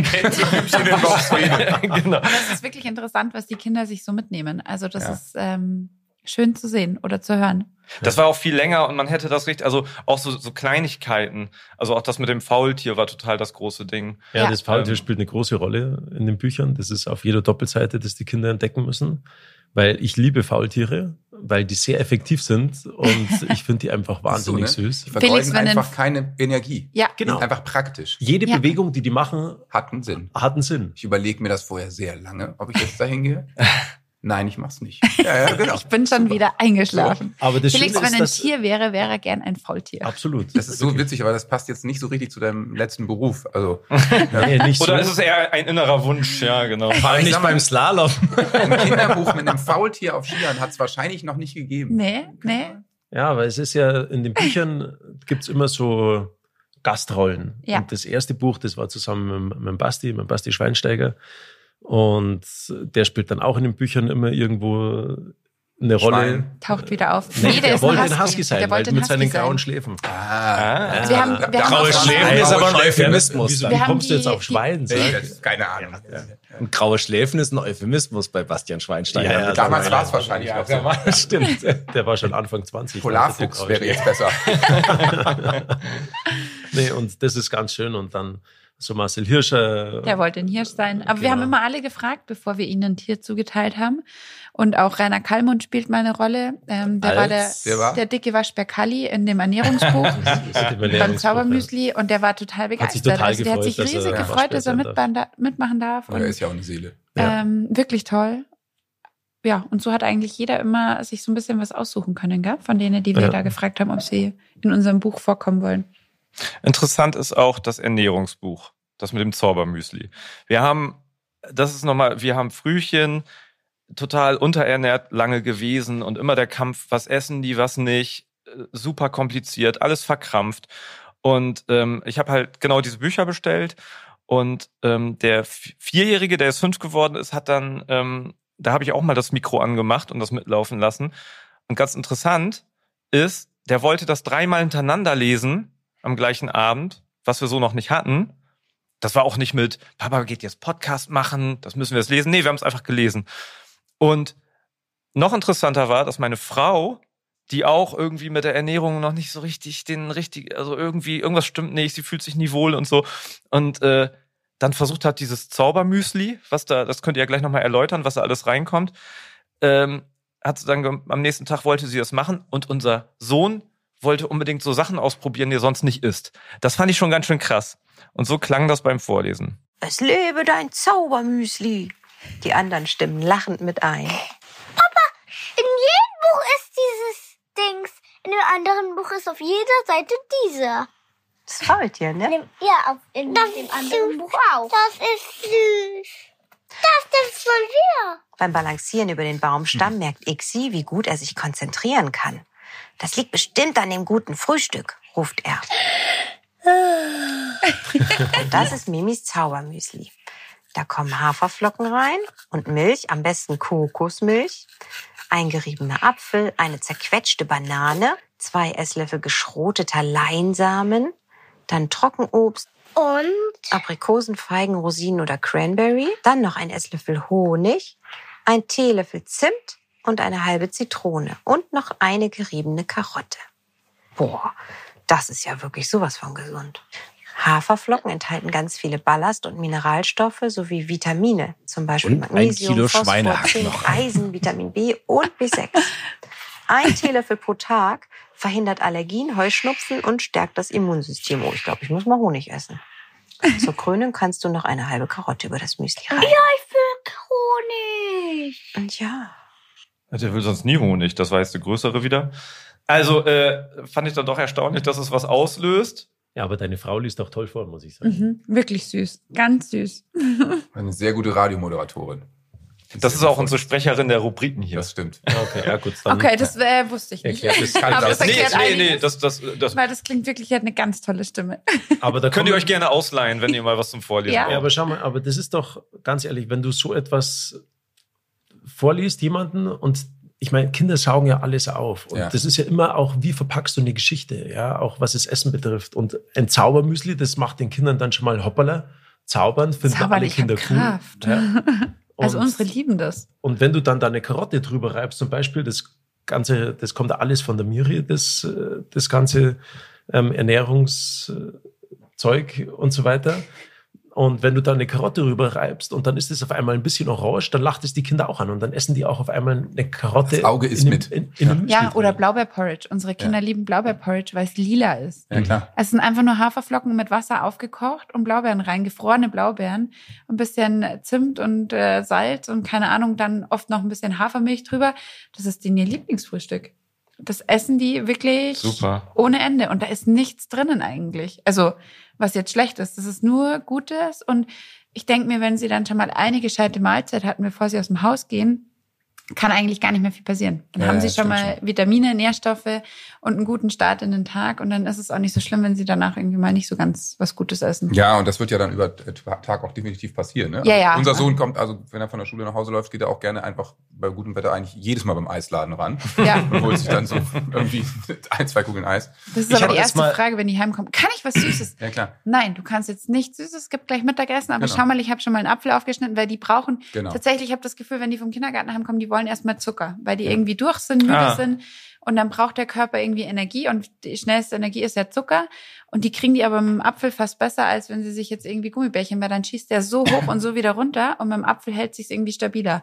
Genau. Das ist wirklich interessant, was die Kinder sich so mitnehmen. Also das Ja. ist ähm, schön zu sehen oder zu hören. Das war auch viel länger und man hätte das richtig, also auch so, so Kleinigkeiten. Also auch das mit dem Faultier war total das große Ding. Ja, Ja. das Faultier Ähm. spielt eine große Rolle in den Büchern. Das ist auf jeder Doppelseite, das die Kinder entdecken müssen. Weil ich liebe Faultiere, weil die sehr effektiv sind und ich finde die einfach wahnsinnig So, ne? süß. Die vergeuden Felix, wenn einfach ein- keine Energie. Ja, Die Genau. sind einfach praktisch. Jede Ja. Bewegung, die die machen, Hat einen Sinn. hat einen Sinn. Ich überlege mir das vorher sehr lange, ob ich jetzt dahin gehe. Nein, ich mach's nicht. Ja, ja, genau. ich bin schon wieder eingeschlafen. Aber das Felix, Schöne wenn ist, ein dass Tier wäre, wäre er gern ein Faultier. absolut. Das ist so witzig, aber das passt jetzt nicht so richtig zu deinem letzten Beruf. Also Nee, nicht Oder so. ist es eher ein innerer Wunsch? Ja, genau. Vor allem ich nicht sag mal- beim Slalom. ein Kinderbuch mit einem Faultier auf Skiern hat es wahrscheinlich noch nicht gegeben. Nee, nee. Ja, weil es ist ja, in den Büchern gibt's immer so Gastrollen. Ja. Und das erste Buch, das war zusammen mit, mit dem Basti, mit dem Basti Schweinsteiger. Und der spielt dann auch in den Büchern immer irgendwo eine Rolle. Schwein. Taucht wieder auf. Nee, der der ist wollte ein ein Husky sein, Der weil wollte ein mit Husky seinen sein. grauen Schläfen. Ah, Ah. Wir haben, wir haben Graue auch- Schläfen ist aber ein Euphemismus. Wieso, Wir wie haben kommst du jetzt die- auf Schwein? Sag? das, keine Ahnung. Und graue Schläfen ist ein Euphemismus bei Bastian Schweinsteiger. Ja, ja, Damals ja, war es wahrscheinlich noch so. Stimmt, der war schon Anfang zwanzig. Polarfuchs wäre jetzt besser. Nee, und das ist ganz schön. Und dann so Marcel Hirscher. Der wollte ein Hirsch sein. Aber wir Genau. haben immer alle gefragt, bevor wir ihnen ein Tier zugeteilt haben. Und auch Rainer Kallmund spielt mal eine Rolle. Ähm, der Als- war der, der war? der dicke Waschbär Kalli in dem Ernährungsbuch. beim Zaubermüsli. Und der war total Hat sich begeistert. total also der hat sich gefreut, dass er riesig gefreut, dass er Waschbär sein mitmachen, da, mitmachen darf. Aber er Und, ist ja auch eine Seele. Ja. ähm, wirklich toll. Ja, und so hat eigentlich jeder immer sich so ein bisschen was aussuchen können, gell? Von denen, die wir Ja. da gefragt haben, ob sie in unserem Buch vorkommen wollen. Interessant ist auch das Ernährungsbuch, das mit dem Zaubermüsli. Wir haben, das ist nochmal, wir haben Frühchen, total unterernährt lange gewesen und immer der Kampf, was essen die, was nicht, äh, super kompliziert, alles verkrampft. Und ähm, ich habe halt genau diese Bücher bestellt und ähm, der V- Vierjährige, der jetzt fünf geworden ist, hat dann, ähm, da habe ich auch mal das Mikro angemacht und das mitlaufen lassen. Und ganz interessant ist, der wollte das dreimal hintereinander lesen am gleichen Abend, was wir so noch nicht hatten. Das war auch nicht mit, Papa geht jetzt Podcast machen, das müssen wir jetzt lesen. Nee, wir haben es einfach gelesen. Und noch interessanter war, dass meine Frau, die auch irgendwie mit der Ernährung noch nicht so richtig den richtig, also irgendwie, irgendwas stimmt nicht, sie fühlt sich nie wohl und so. Und äh, dann versucht hat, dieses Zaubermüsli, was da, das könnt ihr ja gleich nochmal erläutern, was da alles reinkommt, ähm, hat sie dann, ge- am nächsten Tag wollte sie das machen und unser Sohn wollte unbedingt so Sachen ausprobieren, die er sonst nicht isst. Das fand ich schon ganz schön krass. Und so klang das beim Vorlesen. Es lebe dein Zaubermüsli. Die anderen stimmen lachend mit ein. In jedem Buch ist dieses Dings. In dem anderen Buch ist auf jeder Seite dieser. Das Faultier, ne? Ja, auf in das dem anderen Buch auch. Das ist süß. Das ist von dir. Beim Balancieren über den Baumstamm merkt Ixi, wie gut er sich konzentrieren kann. Das liegt bestimmt an dem guten Frühstück, ruft er. Und das ist Mimis Zaubermüsli. Da kommen Haferflocken rein und Milch, am besten Kokosmilch, ein geriebener Apfel, eine zerquetschte Banane, zwei Esslöffel geschroteter Leinsamen, dann Trockenobst, Und Aprikosen, Feigen, Rosinen oder Cranberry, dann noch ein Esslöffel Honig, ein Teelöffel Zimt und eine halbe Zitrone und noch eine geriebene Karotte. Boah, das ist ja wirklich sowas von gesund. Haferflocken enthalten ganz viele Ballast- und Mineralstoffe sowie Vitamine, zum Beispiel Und ein Magnesium, Kilo Phosphor, Schweinehack Zink, noch. Eisen, Vitamin B und B sechs. Ein Teelöffel pro Tag verhindert Allergien, Heuschnupfen und stärkt das Immunsystem. Oh, ich glaube, ich muss mal Honig essen. Zur Krönung kannst du noch eine halbe Karotte über das Müsli reiben. ich will Honig. Und ja, Der will sonst nie Honig, das war jetzt der größere wieder. Also äh, fand ich dann doch erstaunlich, dass es was auslöst. Ja, aber deine Frau liest auch toll vor, muss ich sagen. Mhm. Wirklich süß. Ganz süß. Eine sehr gute Radiomoderatorin. Das ist auch unsere Sprecherin der Rubriken hier. Das stimmt. Okay, ja gut. Dann Okay, das äh, wusste ich nicht. erklärt das. Aber es nee, erklärt nee, nee, einiges. das, das, das Weil das klingt wirklich, er hat eine ganz tolle Stimme. Aber da könnt ihr kommen- euch gerne ausleihen, wenn ihr mal was zum Vorlesen Ja. Ja, braucht. aber schau mal, aber das ist doch ganz ehrlich, wenn du so etwas vorliest, jemanden, und ich meine, Kinder saugen ja alles auf. Und Ja. das ist ja immer auch, wie verpackst du eine Geschichte, ja, auch was das Essen betrifft. Und ein Zaubermüsli, das macht den Kindern dann schon mal hoppala. Zaubern finden alle Zauberliche Kinder cool. Kraft. Ja. Also Und- unsere lieben das. Und wenn du dann da eine Karotte drüber reibst, zum Beispiel, das Ganze, das kommt alles von der Miri, das, äh, das ganze ähm, Ernährungszeug und so weiter. Und wenn du da eine Karotte rüber reibst und dann ist es auf einmal ein bisschen orange, dann lacht es die Kinder auch an und dann essen die auch auf einmal eine Karotte. Das Auge ist in dem- mit. In, in Ja. dem Müsli Ja, oder drin. Blaubeerporridge. Unsere Kinder lieben Blaubeerporridge, weil es lila ist. Ja, klar. Es sind einfach nur Haferflocken mit Wasser aufgekocht und Blaubeeren rein, gefrorene Blaubeeren, ein bisschen Zimt und äh, Salz und keine Ahnung, dann oft noch ein bisschen Hafermilch drüber. Das ist denen ihr Lieblingsfrühstück. Das essen die wirklich Super. ohne Ende und da ist nichts drinnen eigentlich. Also was jetzt schlecht ist, das ist nur Gutes und ich denke mir, wenn sie dann schon mal eine gescheite Mahlzeit hatten, bevor sie aus dem Haus gehen, kann eigentlich gar nicht mehr viel passieren. Dann Ja, haben sie ja, schon stimmt mal schon. Vitamine, Nährstoffe und einen guten Start in den Tag. Und dann ist es auch nicht so schlimm, wenn sie danach irgendwie mal nicht so ganz was Gutes essen. Ja, und das wird ja dann über den Tag auch definitiv passieren. Ne? Ja, ja. Unser Sohn kommt, also wenn er von der Schule nach Hause läuft, geht er auch gerne einfach bei gutem Wetter eigentlich jedes Mal beim Eisladen ran Ja. und holt sich dann so irgendwie ein, zwei Kugeln Eis. Das ist Ich aber hab die das erste mal- Frage, wenn die heimkommen. Kann ich was Süßes? Ja, klar. Nein, du kannst jetzt nichts Süßes. Es gibt gleich Mittagessen, aber Genau. schau mal, ich habe schon mal einen Apfel aufgeschnitten, weil die brauchen Genau. tatsächlich, ich habe das Gefühl, wenn die vom Kindergarten heimkommen, die wollen erstmal Zucker, weil die irgendwie durch sind, müde Ah. sind. Und dann braucht der Körper irgendwie Energie und die schnellste Energie ist ja Zucker. Und die kriegen die aber mit dem Apfel fast besser, als wenn sie sich jetzt irgendwie Gummibärchen, weil dann schießt der so hoch und so wieder runter und mit dem Apfel hält sich irgendwie stabiler.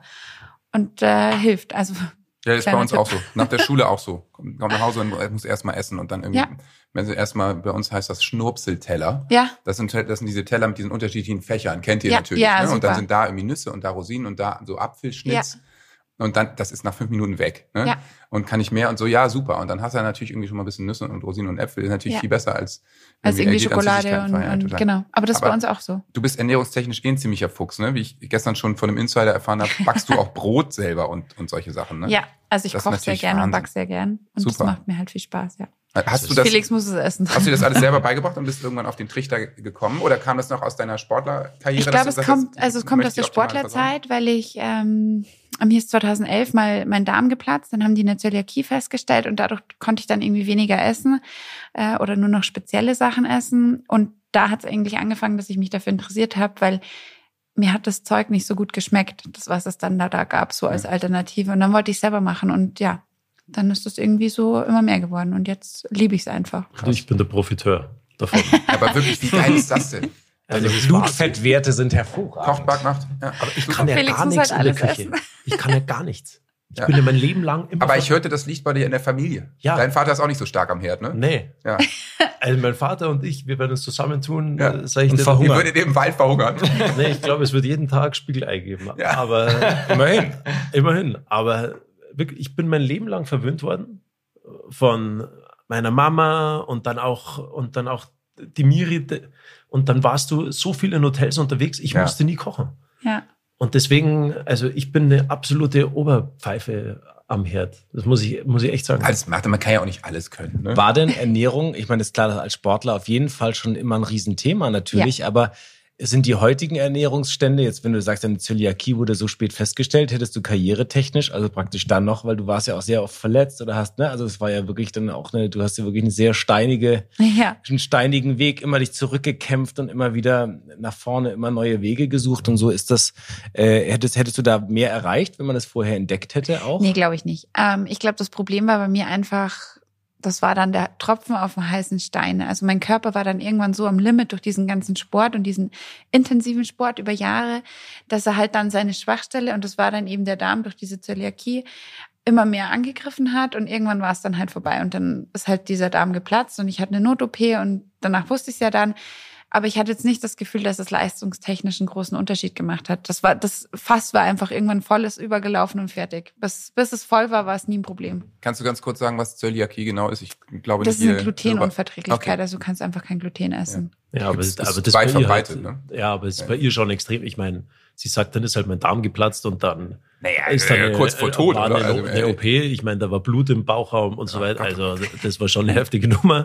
Und äh, hilft. Also Ja, ist bei Kleiner uns Tipp. auch so. Nach der Schule auch so. Kommt kommt nach Hause und muss erstmal essen und dann irgendwie, Ja. wenn sie erstmal, bei uns heißt das Schnurpselteller. ja, Das sind, das sind diese Teller mit diesen unterschiedlichen Fächern. Kennt ihr Ja, natürlich. ja, ne? Und dann super. sind da irgendwie Nüsse und da Rosinen und da so Apfelschnitz. Und dann, das ist nach fünf Minuten weg. Ne? Ja. Und kann ich mehr und so, ja, super. Und dann hast du natürlich irgendwie schon mal ein bisschen Nüsse und Rosinen und Äpfel. Ist natürlich Ja. viel besser als als irgendwie er geht an Schokolade Süßigkeiten und, feiern, und total. genau. Aber das ist Aber- bei uns auch so. Du bist ernährungstechnisch eh ein ziemlicher Fuchs, ne? Wie ich gestern schon von einem Insider erfahren habe, backst du auch Brot selber und, und solche Sachen, ne? Ja, also ich Das ist koche sehr natürlich gerne und Wahnsinn. back sehr gern. Und das Super. macht mir halt viel Spaß, ja. Hast du das, Felix muss es essen. hast du das alles selber beigebracht und bist irgendwann auf den Trichter gekommen? Oder kam das noch aus deiner Sportlerkarriere? Ich dass glaube, du es gesagt kommt, hast, also es du kommt aus möchtest der die optimale Versorgung? Sportlerzeit, weil ich, ähm, mir ist zweitausendelf mal mein Darm geplatzt, dann haben die eine Zöliakie festgestellt und dadurch konnte ich dann irgendwie weniger essen äh, oder nur noch spezielle Sachen essen. Und da hat es eigentlich angefangen, dass ich mich dafür interessiert habe, weil mir hat das Zeug nicht so gut geschmeckt, das, was es dann da, da gab, so als Alternative. Und dann wollte ich selber machen und ja, dann ist das irgendwie so immer mehr geworden und jetzt liebe ich es einfach. Ich bin der Profiteur davon. Aber wirklich, wie geil ist das denn? Also das ist Blutfettwerte sind hervorragend. Kocht, backt, macht. Ja. Aber ich kann ja Felix gar muss nichts halt in der alles Küche. essen. Ich kann ja gar nichts. Ich Ja. bin ja mein Leben lang immer. Aber ich hörte, das liegt bei dir in der Familie. Ja. Dein Vater ist auch nicht so stark am Herd, ne? Nee. Ja. Also mein Vater und ich, wir werden uns zusammentun, Ja. äh, sag ich Und dir. verhungern. Ihr würdet im Wald verhungern. Nee, ich glaube, es wird jeden Tag Spiegelei geben. Ja. Aber immerhin. Immerhin. Aber wirklich, ich bin mein Leben lang verwöhnt worden von meiner Mama und dann auch, und dann auch die Miri. Und dann warst du so viel in Hotels unterwegs, ich Ja. musste nie kochen. Ja. Und deswegen, also ich bin eine absolute Oberpfeife am Herd. Das muss ich, muss ich echt sagen. Alles macht, man kann ja auch nicht alles können. Ne? War denn Ernährung, ich meine, ist klar, dass als Sportler auf jeden Fall schon immer ein Riesenthema natürlich, aber sind die heutigen Ernährungsstände, jetzt wenn du sagst, deine Zöliakie wurde so spät festgestellt, hättest du karrieretechnisch, also praktisch dann noch, weil du warst ja auch sehr oft verletzt oder hast, ne, also es war ja wirklich dann auch eine, du hast ja wirklich eine sehr steinige, Ja. einen steinigen Weg, immer dich zurückgekämpft und immer wieder nach vorne, immer neue Wege gesucht und so ist das, äh, hättest, hättest du da mehr erreicht, wenn man das vorher entdeckt hätte auch? Nee, glaube ich nicht. Ähm, ich glaube, das Problem war bei mir einfach, das war dann der Tropfen auf den heißen Stein. Also mein Körper war dann irgendwann so am Limit durch diesen ganzen Sport und diesen intensiven Sport über Jahre, dass er halt dann seine Schwachstelle, und das war dann eben der Darm durch diese Zöliakie, immer mehr angegriffen hat und irgendwann war es dann halt vorbei und dann ist halt dieser Darm geplatzt und ich hatte eine Not-O P und danach wusste ich es ja dann. Aber ich hatte jetzt nicht das Gefühl, dass es leistungstechnisch einen großen Unterschied gemacht hat. Das war, das Fass war einfach irgendwann voll, ist übergelaufen und fertig. Bis, bis es voll war, war es nie ein Problem. Kannst du ganz kurz sagen, was Zöliakie genau ist? Ich glaube Das nicht. ist eine jeder- Glutenunverträglichkeit, Okay. also du kannst einfach kein Gluten essen. Ja, aber, Gibt's- aber ist das weit bei ihr verbreitet, halt, ne? Ja, aber es ist Ja. bei ihr schon extrem. Ich meine, sie sagt, dann ist halt mein Darm geplatzt und dann Naja, ist dann äh, eine, kurz vor Tod, war oder? eine, Also, eine äh, O P. Ich meine, da war Blut im Bauchraum und so Ja, weiter. Gott. Also das war schon eine heftige Nummer.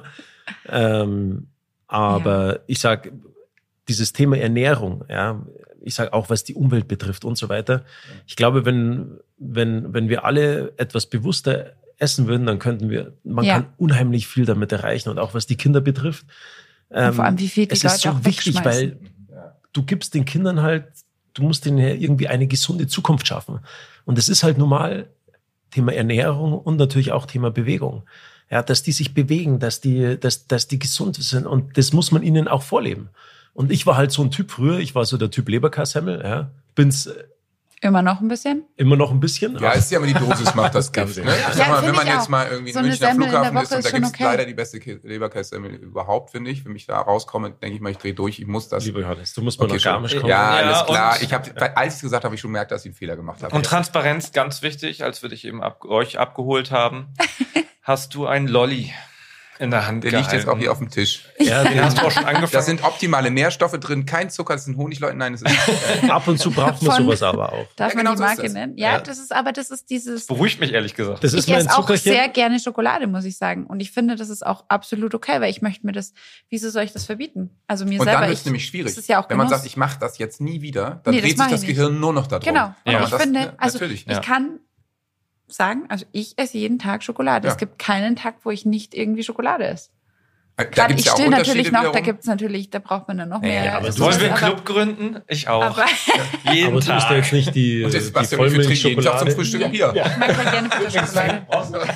Ähm, aber ich sag, dieses Thema Ernährung, ja, ich sage auch, was die Umwelt betrifft und so weiter. Ich glaube, wenn, wenn, wenn wir alle etwas bewusster essen würden, dann könnten wir, man Ja. kann unheimlich viel damit erreichen und auch was die Kinder betrifft. Und vor allem, wie viel die es ist Leute so auch wichtig, wegschmeißen. weil du gibst den Kindern halt, du musst denen ja irgendwie eine gesunde Zukunft schaffen. Und es ist halt normal Thema Ernährung und natürlich auch Thema Bewegung. Ja, dass die sich bewegen, dass die, dass, dass die gesund sind und das muss man ihnen auch vorleben. Und ich war halt so ein Typ früher, ich war so der Typ Leberkassemmel, ja, bin's Immer noch ein bisschen? immer noch ein bisschen. Ja, ist ja immer die Dosis macht das Gift. Ne? Ich sag Ja, mal, find wenn man ich jetzt auch. mal irgendwie So in eine Münchner Semmel in der Flughafen ist Woche und da ist schon gibt es okay. leider die beste Kä- Leberkässemmel überhaupt, finde ich. Wenn ich da rauskomme, denke ich mal, ich drehe durch, ich muss das. Lieber Johannes, du musst mal Okay, nach Garmisch schon. kommen. Ja, Ja, alles klar. und- Ich habe, als ich es gesagt habe, ich schon gemerkt, dass ich einen Fehler gemacht habe. Und Transparenz, ganz wichtig, als wir dich eben ab, euch abgeholt haben, hast du einen Lolli in der Hand Der gehalten. liegt jetzt auch hier auf dem Tisch. Ja, Den hast du auch schon angefangen. Da sind optimale Nährstoffe drin, kein Zucker, das sind Honigleute. Nein, das ist ab und zu braucht man Von- sowas aber auch. Darf Ja, man genau die so ist Marke das. nennen? Ja, Ja. das ist aber, das ist dieses... Beruhigt mich ehrlich gesagt. Das ist Ich mein esse auch Zuckerchen. sehr gerne Schokolade, muss ich sagen. Und ich finde, das ist auch absolut okay, weil ich möchte mir das, wieso soll ich das verbieten? Also mir Und selber. dann wird es ich- nämlich schwierig. Das ist ja auch Wenn man Genuss. sagt, ich mache das jetzt nie wieder, dann Nee, das dreht mach sich das ich nicht. Gehirn nur noch darum. Genau. Und Ja. ich das, finde, ne, also natürlich. ich Ja. kann sagen, also ich esse jeden Tag Schokolade. Ja. Es gibt keinen Tag, wo ich nicht irgendwie Schokolade esse. Da Klar, gibt's ich ja auch still natürlich Unterschiede noch, da wiederum. gibt's natürlich, da braucht man dann noch mehr. Ja, aber Also du- Wollen wir einen aber- Club gründen? Ich auch. Aber Jeden Aber du Tag. bist ja jetzt nicht die, Und die jetzt Sebastian, wie viel trinken jeden Tag zum Vollmilchschokolade. Frühstück auch hier? ich mag ja gerne Schokolade.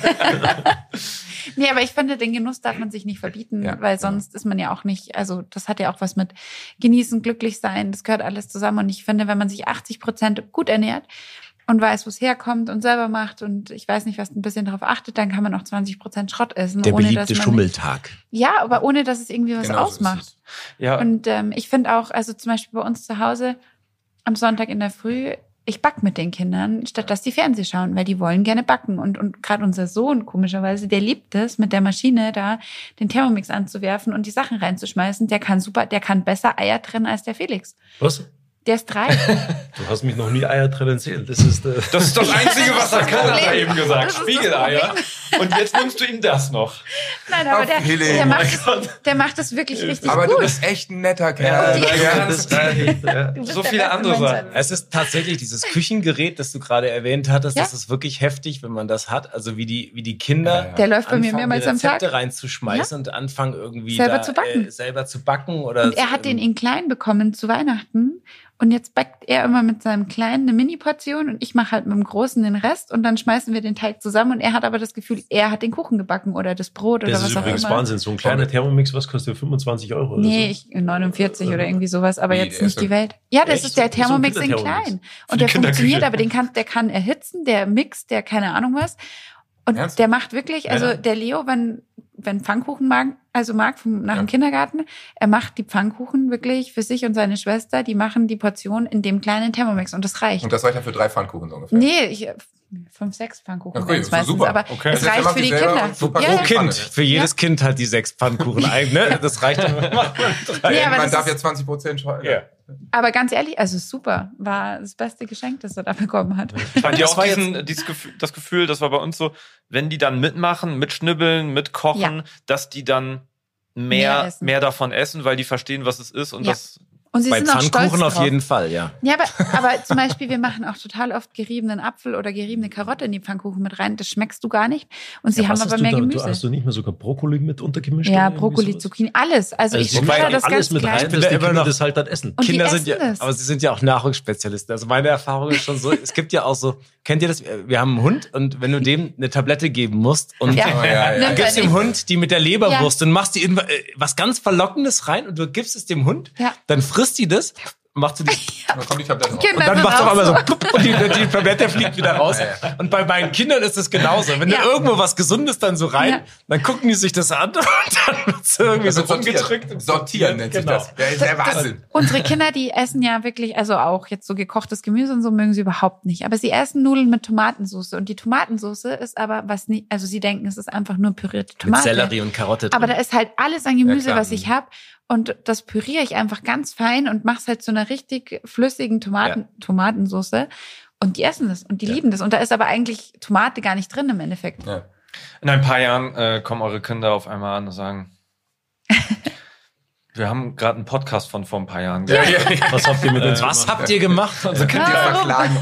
Nee, aber ich finde, den Genuss darf man sich nicht verbieten, Ja, weil genau. sonst ist man ja auch nicht, also das hat ja auch was mit genießen, glücklich sein, das gehört alles zusammen. Und ich finde, wenn man sich achtzig Prozent gut ernährt und weiß, wo es herkommt und selber macht und ich weiß nicht, was ein bisschen darauf achtet, dann kann man auch zwanzig Prozent Schrott essen. Der ohne, beliebte dass man Schummeltag. Ja, aber ohne, dass es irgendwie was Genau so ist ausmacht. es. Ja, Und ähm, ich finde auch, also zum Beispiel bei uns zu Hause am Sonntag in der Früh, ich back mit den Kindern, statt dass die Fernseh schauen, weil die wollen gerne backen. Und, und gerade unser Sohn, komischerweise, der liebt es, mit der Maschine da den Thermomix anzuwerfen und die Sachen reinzuschmeißen. Der kann super, der kann besser Eier trennen als der Felix. Was? Der ist drei. Du hast mich noch nie Eier trennen sehen. Das ist, äh, das ist das Einzige, was er das kann, hat er Problem. eben gesagt. Das ist das Spiegeleier. Und jetzt nimmst du ihm das noch. Nein, aber Ach, der, Felix. der, macht es, der macht es wirklich richtig Aber gut. du bist echt ein netter Kerl. Ja, Ja, ganz das- ehrlich. ja. Du bist so der viele beste andere Mensch. Sachen. Es ist tatsächlich dieses Küchengerät, das du gerade erwähnt hattest, Ja. das ist wirklich heftig, wenn man das hat. Also wie die, wie die Kinder Ja, Der läuft bei mir anfangen, mehrmals die am Tag. Rezepte reinzuschmeißen und anfangen irgendwie Selber da, zu backen. Äh, selber zu backen oder Und er hat den in klein bekommen zu Weihnachten. Und jetzt backt er immer mit seinem Kleinen eine Mini-Portion und ich mache halt mit dem Großen den Rest und dann schmeißen wir den Teig zusammen und er hat aber das Gefühl, er hat den Kuchen gebacken oder das Brot oder Das was ist auch übrigens immer. Wahnsinn. So ein kleiner Thermomix, was kostet fünfundzwanzig Euro oder Nee, so? ich neunundvierzig oder irgendwie sowas, aber Wie, jetzt der nicht ist die so- Welt. Ja, das Echt? ist der So ein Thermomix in Kinderthermomix. klein. Für Und die der funktioniert, Kinderküche. aber den kann, der kann erhitzen, der mixt, der keine Ahnung was. Und Ernst? der macht wirklich, also Ja. der Leo, wenn, wenn Pfannkuchen mag, also mag vom, nach Ja. dem Kindergarten, er macht die Pfannkuchen wirklich für sich und seine Schwester, die machen die Portion in dem kleinen Thermomix und das reicht. Und das reicht ja für drei Pfannkuchen so ungefähr. Nee, ich, fünf, sechs Pfannkuchen. Okay, ganz ist meistens. super. Aber Okay. es Also reicht macht für die die selber Kinder. und super Ja, Pro ja. Kind. Für jedes Kind halt die sechs Pfannkuchen ein, ne? Das reicht dann. Nee, aber Man das darf ist- ja zwanzig Prozent schreiben. Ja. Aber ganz ehrlich, also super. War das beste Geschenk, das er da bekommen hat. Fand ihr Das auch war diesen, dieses Gefühl, das Gefühl, das war bei uns so, wenn die dann mitmachen, mitschnibbeln, mitkochen, Ja. dass die dann Mehr mehr, essen. mehr davon essen, weil die verstehen, was es ist und Ja. das. Und sie Bei sind auch stolz Pfannkuchen auf drauf. jeden Fall, ja. Ja, aber, aber zum Beispiel, wir machen auch total oft geriebenen Apfel oder geriebene Karotte in die Pfannkuchen mit rein. Das schmeckst du gar nicht. Und sie Ja, haben was aber hast du mehr da, Gemüse. Du, hast du nicht mehr sogar Brokkoli mit untergemischt? Ja, oder irgendwie Brokkoli, sowas? Zucchini, alles. Also, ich Also schmetter wobei das alles ganz mit klein. rein, Ich bin dass da die immer Kinder noch- das halt dann essen. Und die Kinder essen sind ja, das. aber sie sind ja auch Nahrungsspezialisten. Also meine Erfahrung ist schon so, es gibt ja auch so, kennt ihr das? Wir haben einen Hund und wenn du dem eine Tablette geben musst und Ja. Oh, ja, ja. Nimmt du gibst er dem nicht. Hund die mit der Leberwurst und machst die in, äh, was ganz Verlockendes rein und du gibst es dem Hund, Ja. dann frisst die das, macht sie die, Dann kommt die Tablette raus. Kinder und dann sind macht es auf auch einmal so, so. plupp, und die, die Tablette fliegt wieder raus. Und bei meinen Kindern ist es genauso. Wenn Ja. du irgendwo was Gesundes dann so rein, Ja. dann gucken die sich das an und dann wird es irgendwie Das so wird sortiert. rumgedrückt. und Sortieren nennt sich Genau. das. Ja, ist der Wahnsinn. Unsere Kinder, die essen ja wirklich, also auch jetzt so gekochtes Gemüse und so mögen sie überhaupt nicht. Aber sie essen Nudeln mit Tomatensauce. Und die Tomatensauce ist aber was nie, also sie denken, es ist einfach nur pürierte Mit Tomate. Sellerie und Karotte drin. Aber da ist halt alles an Gemüse, Ja, klar. was ich habe. Und das püriere ich einfach ganz fein und mache es halt zu einer richtig flüssigen Tomaten, Tomatensauce. Und die essen das und die lieben das. Und da ist aber eigentlich Tomate gar nicht drin im Endeffekt. Ja. In ein paar Jahren äh, kommen eure Kinder auf einmal an und sagen, wir haben gerade einen Podcast von vor ein paar Jahren Ja, gehört. ja, ja. Was habt ihr mit uns Äh, was gemacht? habt ihr gemacht? Also, Könnt ihr Warum? verklagen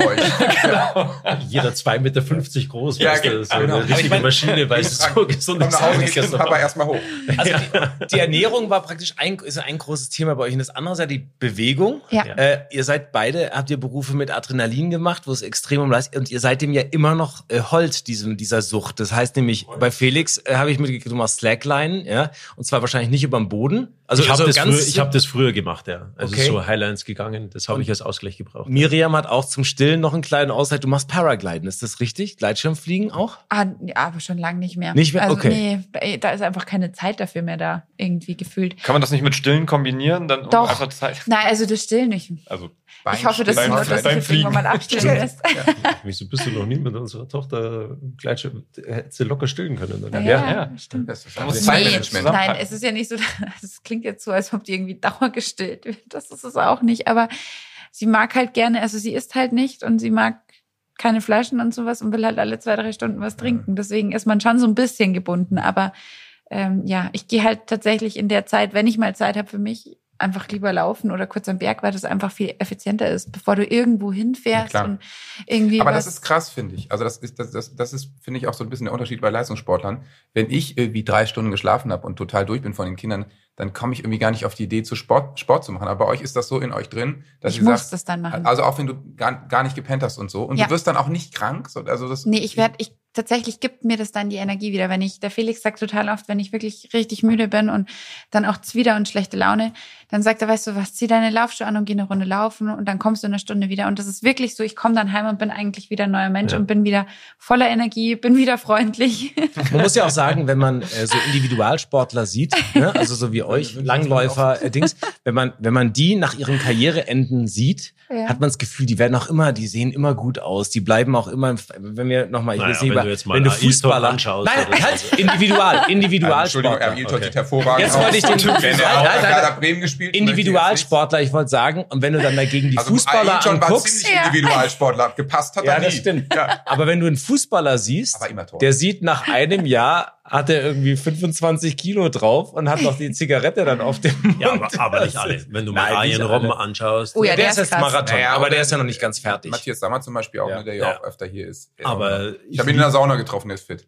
euch. Jeder zwei Meter fünfzig groß. Ja, weißt du, genau. so eine Aber ich richtige mein- Maschine, weil es so gesund Komm nach Hause, ist. geht Papa erstmal hoch. Also die, die Ernährung war praktisch ein, ist ein großes Thema bei euch. Und das andere ist ja die Bewegung. Ja. Äh, ihr seid beide, habt ihr Berufe mit Adrenalin gemacht, wo es extrem um Leistung, und ihr seid dem ja immer noch äh, hold, diesem, dieser Sucht. Das heißt nämlich, bei Felix äh, habe ich mitgekriegt, du machst Slackline, ja, und zwar wahrscheinlich nicht über dem Boden. Also, ich habe also das, ganz früher- ich hab das früher gemacht, ja. Also Okay. so Highlines gegangen, das habe ich als Ausgleich gebraucht. Miriam hat auch zum Stillen noch einen kleinen Auszeit. Du machst Paragliden, ist das richtig? Gleitschirmfliegen auch? Ah, ja, aber schon lange nicht mehr. Nicht mehr? Also, Okay. Nee, da ist einfach keine Zeit dafür mehr da, irgendwie gefühlt. Kann man das nicht mit Stillen kombinieren? Dann um Doch. einfach Zeit. Nein, also das Stillen nicht. Also Ich hoffe, dass Beim- du nur das beim ist, irgendwann mal abstillen lässt. Wieso bist du noch nie mit unserer Tochter Gleitschirm? Hättest sie locker stillen können. Oder? Ja, ja. stimmt. Das ist Da muss das Zeit- Nee, Zeitmanagement. nein, es ist ja nicht so, es klingt jetzt so, als ob die irgendwie dauergestillt wird. Das ist es auch nicht, aber sie mag halt gerne, also sie isst halt nicht und sie mag keine Flaschen und sowas und will halt alle zwei, drei Stunden was trinken. Deswegen ist man schon so ein bisschen gebunden, aber ähm, ja, ich gehe halt tatsächlich in der Zeit, wenn ich mal Zeit habe für mich, einfach lieber laufen oder kurz am Berg, weil das einfach viel effizienter ist, bevor du irgendwo hinfährst Ja, klar. und irgendwie Aber was. das ist krass, finde ich. Also das ist, das, das, das ist, finde ich, auch so ein bisschen der Unterschied bei Leistungssportlern. Wenn ich irgendwie drei Stunden geschlafen habe und total durch bin von den Kindern, dann komme ich irgendwie gar nicht auf die Idee, zu Sport, Sport zu machen. Aber bei euch ist das so in euch drin, dass ich ihr muss sagt, das dann machen. also auch wenn du gar, gar nicht gepennt hast und so. Und Ja. du wirst dann auch nicht krank. So, also das, Nee, ich werde, ich tatsächlich gibt mir das dann die Energie wieder, wenn ich, der Felix sagt total oft, wenn ich wirklich richtig müde bin und dann auch Zwider und schlechte Laune, dann sagt er, weißt du was, zieh deine Laufschuhe an und geh eine Runde laufen und dann kommst du in einer Stunde wieder. Und das ist wirklich so, ich komme dann heim und bin eigentlich wieder ein neuer Mensch Ja. und bin wieder voller Energie, bin wieder freundlich. Man muss ja auch sagen, wenn man äh, so Individualsportler sieht, ne, also so wie euch, Langläufer, äh, Dings, wenn man, wenn man die nach ihren Karriereenden sieht, Ja. hat man das Gefühl, die werden auch immer, die sehen immer gut aus, die bleiben auch immer, im- wenn wir nochmal, ich Naja, will nicht wenn über, du jetzt mal wenn du Ailton Fußballer anschaust nein, oder so. halt, Individual, Entschuldigung, Individualsportler. Ailton sieht hervorragend Jetzt aus. wollte ich den Typ- Wenn Nein, er auch nein, bei nein. Werder Bremen gespielt Individualsportler, ich wollte sagen, und wenn du dann dagegen die also Fußballer Ailton war anguckst, ziemlich Individualsportler. Gepasst hat ja, er nie. das stimmt. Ja. Aber wenn du einen Fußballer siehst, Aber immer Tor. der sieht nach einem Jahr, hat er irgendwie fünfundzwanzig Kilo drauf und hat noch die Zigarette dann auf dem Mund. Ja, aber, aber nicht alle. Wenn du mal Nein, Arjen nicht Robben alle. anschaust. Oh ja, der, der ist ist jetzt krass. Marathon, Naja, aber aber der ist ja noch der- nicht ganz fertig. Matthias Sammer zum Beispiel auch, Ja. ne, der ja Ja. auch öfter hier ist. Aber ich habe ihn in der Sauna getroffen, der ist fit.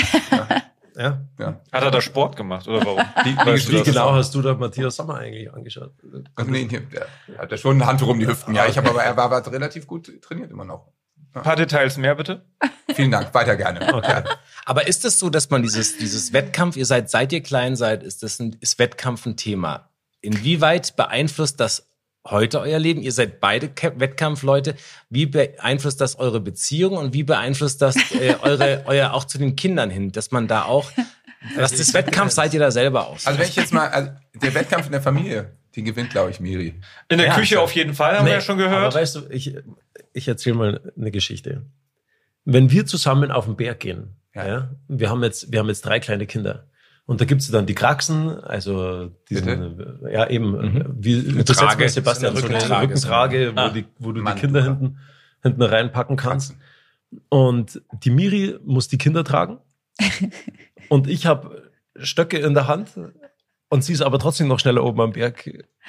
Ja. Ja. hat er da Sport gemacht oder warum? Wie, Weißt du Wie das? genau hast du da Matthias Sommer eigentlich angeschaut? Also nee, der, der hat ja schon eine Hand rum die Hüften. Ja, ich habe aber, er war, war relativ gut trainiert immer noch. Ein paar Details mehr bitte. Vielen Dank, weiter gerne. Okay. Aber ist es so, dass man dieses, dieses Wettkampf, ihr seid, seit ihr klein seid, ist das ein, ist Wettkampf ein Thema? Inwieweit beeinflusst das heute euer Leben? Ihr seid beide Ke- Wettkampfleute. Wie beeinflusst das eure Beziehung und wie beeinflusst das äh, eure, euer auch zu den Kindern hin, dass man da auch, was das Wettkampf seid ihr da selber aus? Also wenn ich jetzt mal, also der Wettkampf in der Familie, den gewinnt, glaube ich, Miri. In der Ja, Küche klar. auf jeden Fall, haben wir ja schon gehört. Aber weißt du, ich, ich erzähle mal eine Geschichte. wenn wir zusammen auf den Berg gehen, Ja. ja. wir haben jetzt, wir haben jetzt drei kleine Kinder. Und da gibt's dann die Kraxen, also diesen, ja eben, Mhm. wie übersetzt Trage. man, Sebastian, So so eine eine Rückentrage, Rückentrage, so. wo, Ah. die, wo du Mann, die Kinder oder? hinten, hinten reinpacken kannst. Und die Miri muss die Kinder tragen. Und ich habe Stöcke in der Hand. Und sie ist aber trotzdem noch schneller oben am Berg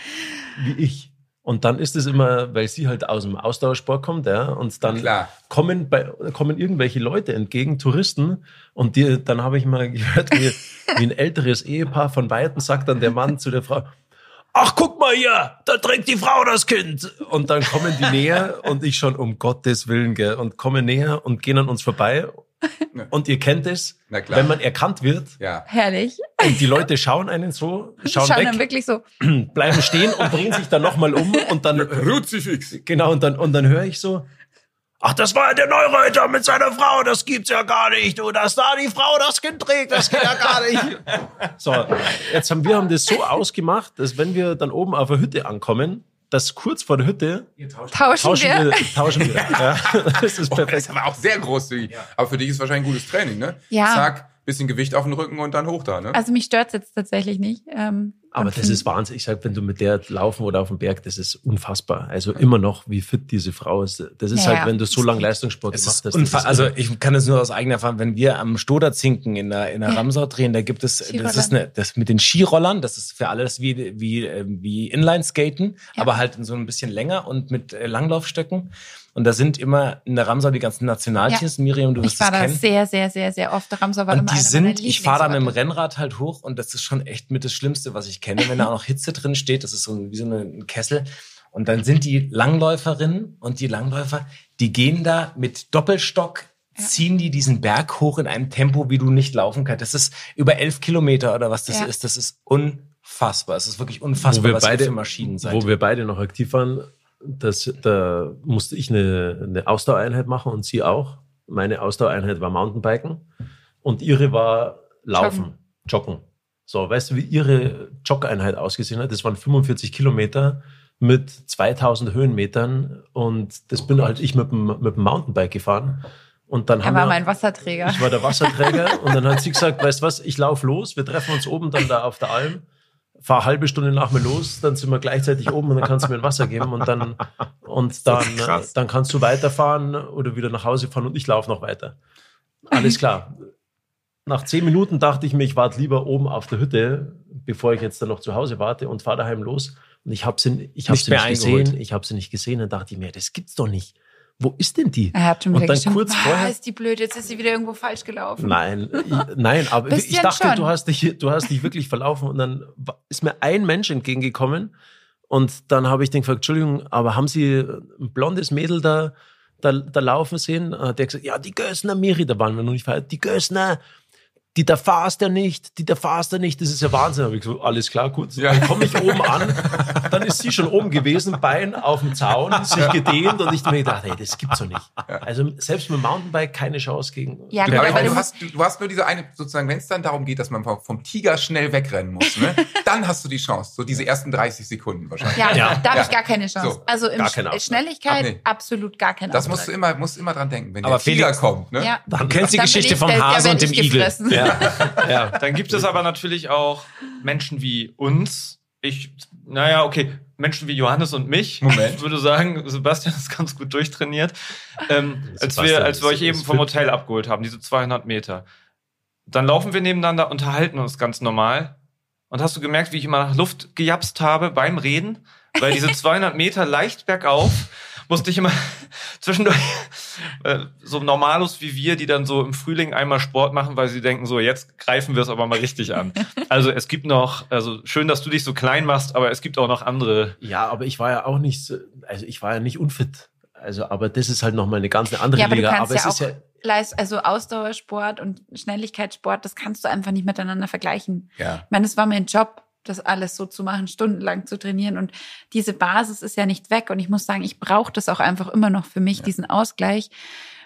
wie ich. Und dann ist es immer, weil sie halt aus dem Ausdauersport kommt, ja, und dann Klar. kommen bei, kommen irgendwelche Leute entgegen, Touristen, und die, dann habe ich mal gehört, wie, wie ein älteres Ehepaar von Weitem sagt dann der Mann zu der Frau, ach, guck mal hier, da trägt die Frau das Kind. Und dann kommen die näher und ich schon, um Gottes Willen, gell, und kommen näher und gehen an uns vorbei. Und ihr kennt es, Na klar. wenn man erkannt wird Ja. Herrlich. und die Leute schauen einen so, schauen, Schauen weg, dann wirklich so. bleiben stehen und drehen sich dann nochmal um und dann, Kruzifix. genau, und dann, und dann höre ich so, ach, das war ja der Neureuter mit seiner Frau, das gibt's ja gar nicht, du, dass da die Frau das Kind trägt, das geht ja gar nicht. So, jetzt haben wir haben das so ausgemacht, dass wenn wir dann oben auf der Hütte ankommen, dass kurz vor der Hütte Tauschen, tauschen wir. wir, tauschen wir. Ja, das ist Oh, das perfekt. ist aber auch sehr großzügig. Aber für dich ist wahrscheinlich ein gutes Training, ne? Ja. Zack, bisschen Gewicht auf den Rücken und dann hoch da, ne? Also mich stört's jetzt tatsächlich nicht. Ähm, Aber und das ist Wahnsinn. Ich sag, wenn du mit der laufen oder auf dem Berg, das ist unfassbar. Also immer noch, wie fit diese Frau ist. Das ist Ja, halt, ja. wenn du so lange Leistungssport Es gemacht ist hast. unfa- das ist also irre. ich kann es nur aus eigener Erfahrung, wenn wir am Stoderzinken in der, in der Ja. Ramsau drehen, da gibt es, das Skirollern. ist eine, das mit den Skirollern, das ist für alles wie, wie, äh, wie Inline-Skaten, Ja. aber halt so ein bisschen länger und mit äh, Langlaufstöcken. Und da sind immer in der Ramsau die ganzen Nationalteams, Miriam, du wirst ich war das da kennen. sehr, sehr, sehr, sehr oft. Der Ramsau war Und immer die einer sind, meiner ich fahre da mit dem Lieblingsorte. Rennrad halt hoch und das ist schon echt mit das Schlimmste, was ich kenne, wenn da auch noch Hitze drin steht. Das ist so wie so ein Kessel. Und dann sind die Langläuferinnen und die Langläufer, die gehen da mit Doppelstock, ziehen die diesen Berg hoch in einem Tempo, wie du nicht laufen kannst. Das ist über elf Kilometer oder was das Ja. ist. Das ist unfassbar. Es ist wirklich unfassbar, Wo wir was ihr beide- für Maschinen seid. Wo wir beide noch aktiv waren, das, da musste ich eine, eine Ausdauereinheit machen und sie auch. Meine Ausdauereinheit war Mountainbiken und ihre war Laufen, Joggen. So, weißt du, wie ihre Jogeinheit ausgesehen hat? Das waren fünfundvierzig Kilometer mit zweitausend Höhenmetern und das bin halt ich mit dem, mit dem Mountainbike gefahren. Und dann Er haben war wir, mein Wasserträger. ich war der Wasserträger und dann hat sie gesagt, weißt du was, ich laufe los, wir treffen uns oben dann da auf der Alm, fahr eine halbe Stunde nach mir los, dann sind wir gleichzeitig oben und dann kannst du mir ein Wasser geben und dann, und dann, dann kannst du weiterfahren oder wieder nach Hause fahren und ich laufe noch weiter. Alles klar. Nach zehn Minuten dachte ich mir, ich warte lieber oben auf der Hütte, bevor ich jetzt dann noch zu Hause warte und fahre daheim los. Und ich habe sie, ich hab Nicht sie mehr nicht eingeholt. gesehen. Ich habe sie nicht gesehen. Dann dachte ich mir, das gibt's doch nicht. Wo ist denn die? Er hat schon Und wieder dann gestimmt, kurz "Ah, vorher- ist die blöd, jetzt ist sie wieder irgendwo falsch gelaufen. Nein, ich, nein, aber ich Bisschen dachte, schon. du hast dich, du hast dich wirklich verlaufen und dann wa- ist mir ein Mensch entgegengekommen und dann habe ich den gefragt, Entschuldigung, aber haben Sie ein blondes Mädel da, da, da laufen sehen? Dann hat der gesagt, ja, die Gößner Miri, da waren wir noch nicht verheiratet, die Gößner, die da fahrst ja nicht, die da fahrst ja nicht, das ist ja Wahnsinn. Habe ich gesagt, alles klar, gut. Ja. Dann komme ich oben an, dann ist sie schon oben gewesen, Bein auf dem Zaun, sich gedehnt und ich mir gedacht, hey, das gibt's doch nicht. Also selbst mit dem Mountainbike keine Chance gegen. Ja, Du, gut, aber aber du, du hast, du, du hast nur diese eine, sozusagen, wenn es dann darum geht, dass man vom, vom Tiger schnell wegrennen muss, ne? Dann hast du die Chance. So diese ersten dreißig Sekunden wahrscheinlich. Ja, Ja. da habe ich Ja. gar keine Chance. So, also in gar keine Sch- Auftrag. Schnelligkeit Ach, nee. absolut gar keine Das Auftrag. musst du immer, musst du immer dran denken, wenn Aber der Tiger Felix- kommt, ne? Ja. Du kennst die Dann bin Geschichte ich vom der- der Hasen werd und dem ich Igel. gefressen. Ja, ja. Dann gibt es aber natürlich auch Menschen wie uns. Ich, naja, okay, Menschen wie Johannes und mich. Moment. Ich würde sagen, Sebastian ist ganz gut durchtrainiert. Ähm, als Sebastian wir, als wir ist- euch eben ist vom fit. Hotel abgeholt haben, diese zweihundert Meter. Dann laufen wir nebeneinander, unterhalten uns ganz normal. Und hast du gemerkt, wie ich immer nach Luft gejapst habe beim Reden? Weil diese zweihundert Meter leicht bergauf musste ich immer zwischendurch äh, so Normalos wie wir, die dann so im Frühling einmal Sport machen, weil sie denken, so jetzt greifen wir es aber mal richtig an. Also es gibt noch, also schön, dass du dich so klein machst, aber es gibt auch noch andere. Ja, aber ich war ja auch nicht, so- also ich war ja nicht unfit. Also, aber das ist halt nochmal eine ganz andere Ja, aber du Liga. kannst Aber es ja ist auch ja, Leist, also Ausdauersport und Schnelligkeitssport, das kannst du einfach nicht miteinander vergleichen. Ja. Ich meine, das war mein Job, das alles so zu machen, stundenlang zu trainieren. Und diese Basis ist ja nicht weg. Und ich muss sagen, ich brauche das auch einfach immer noch für mich, diesen Ausgleich.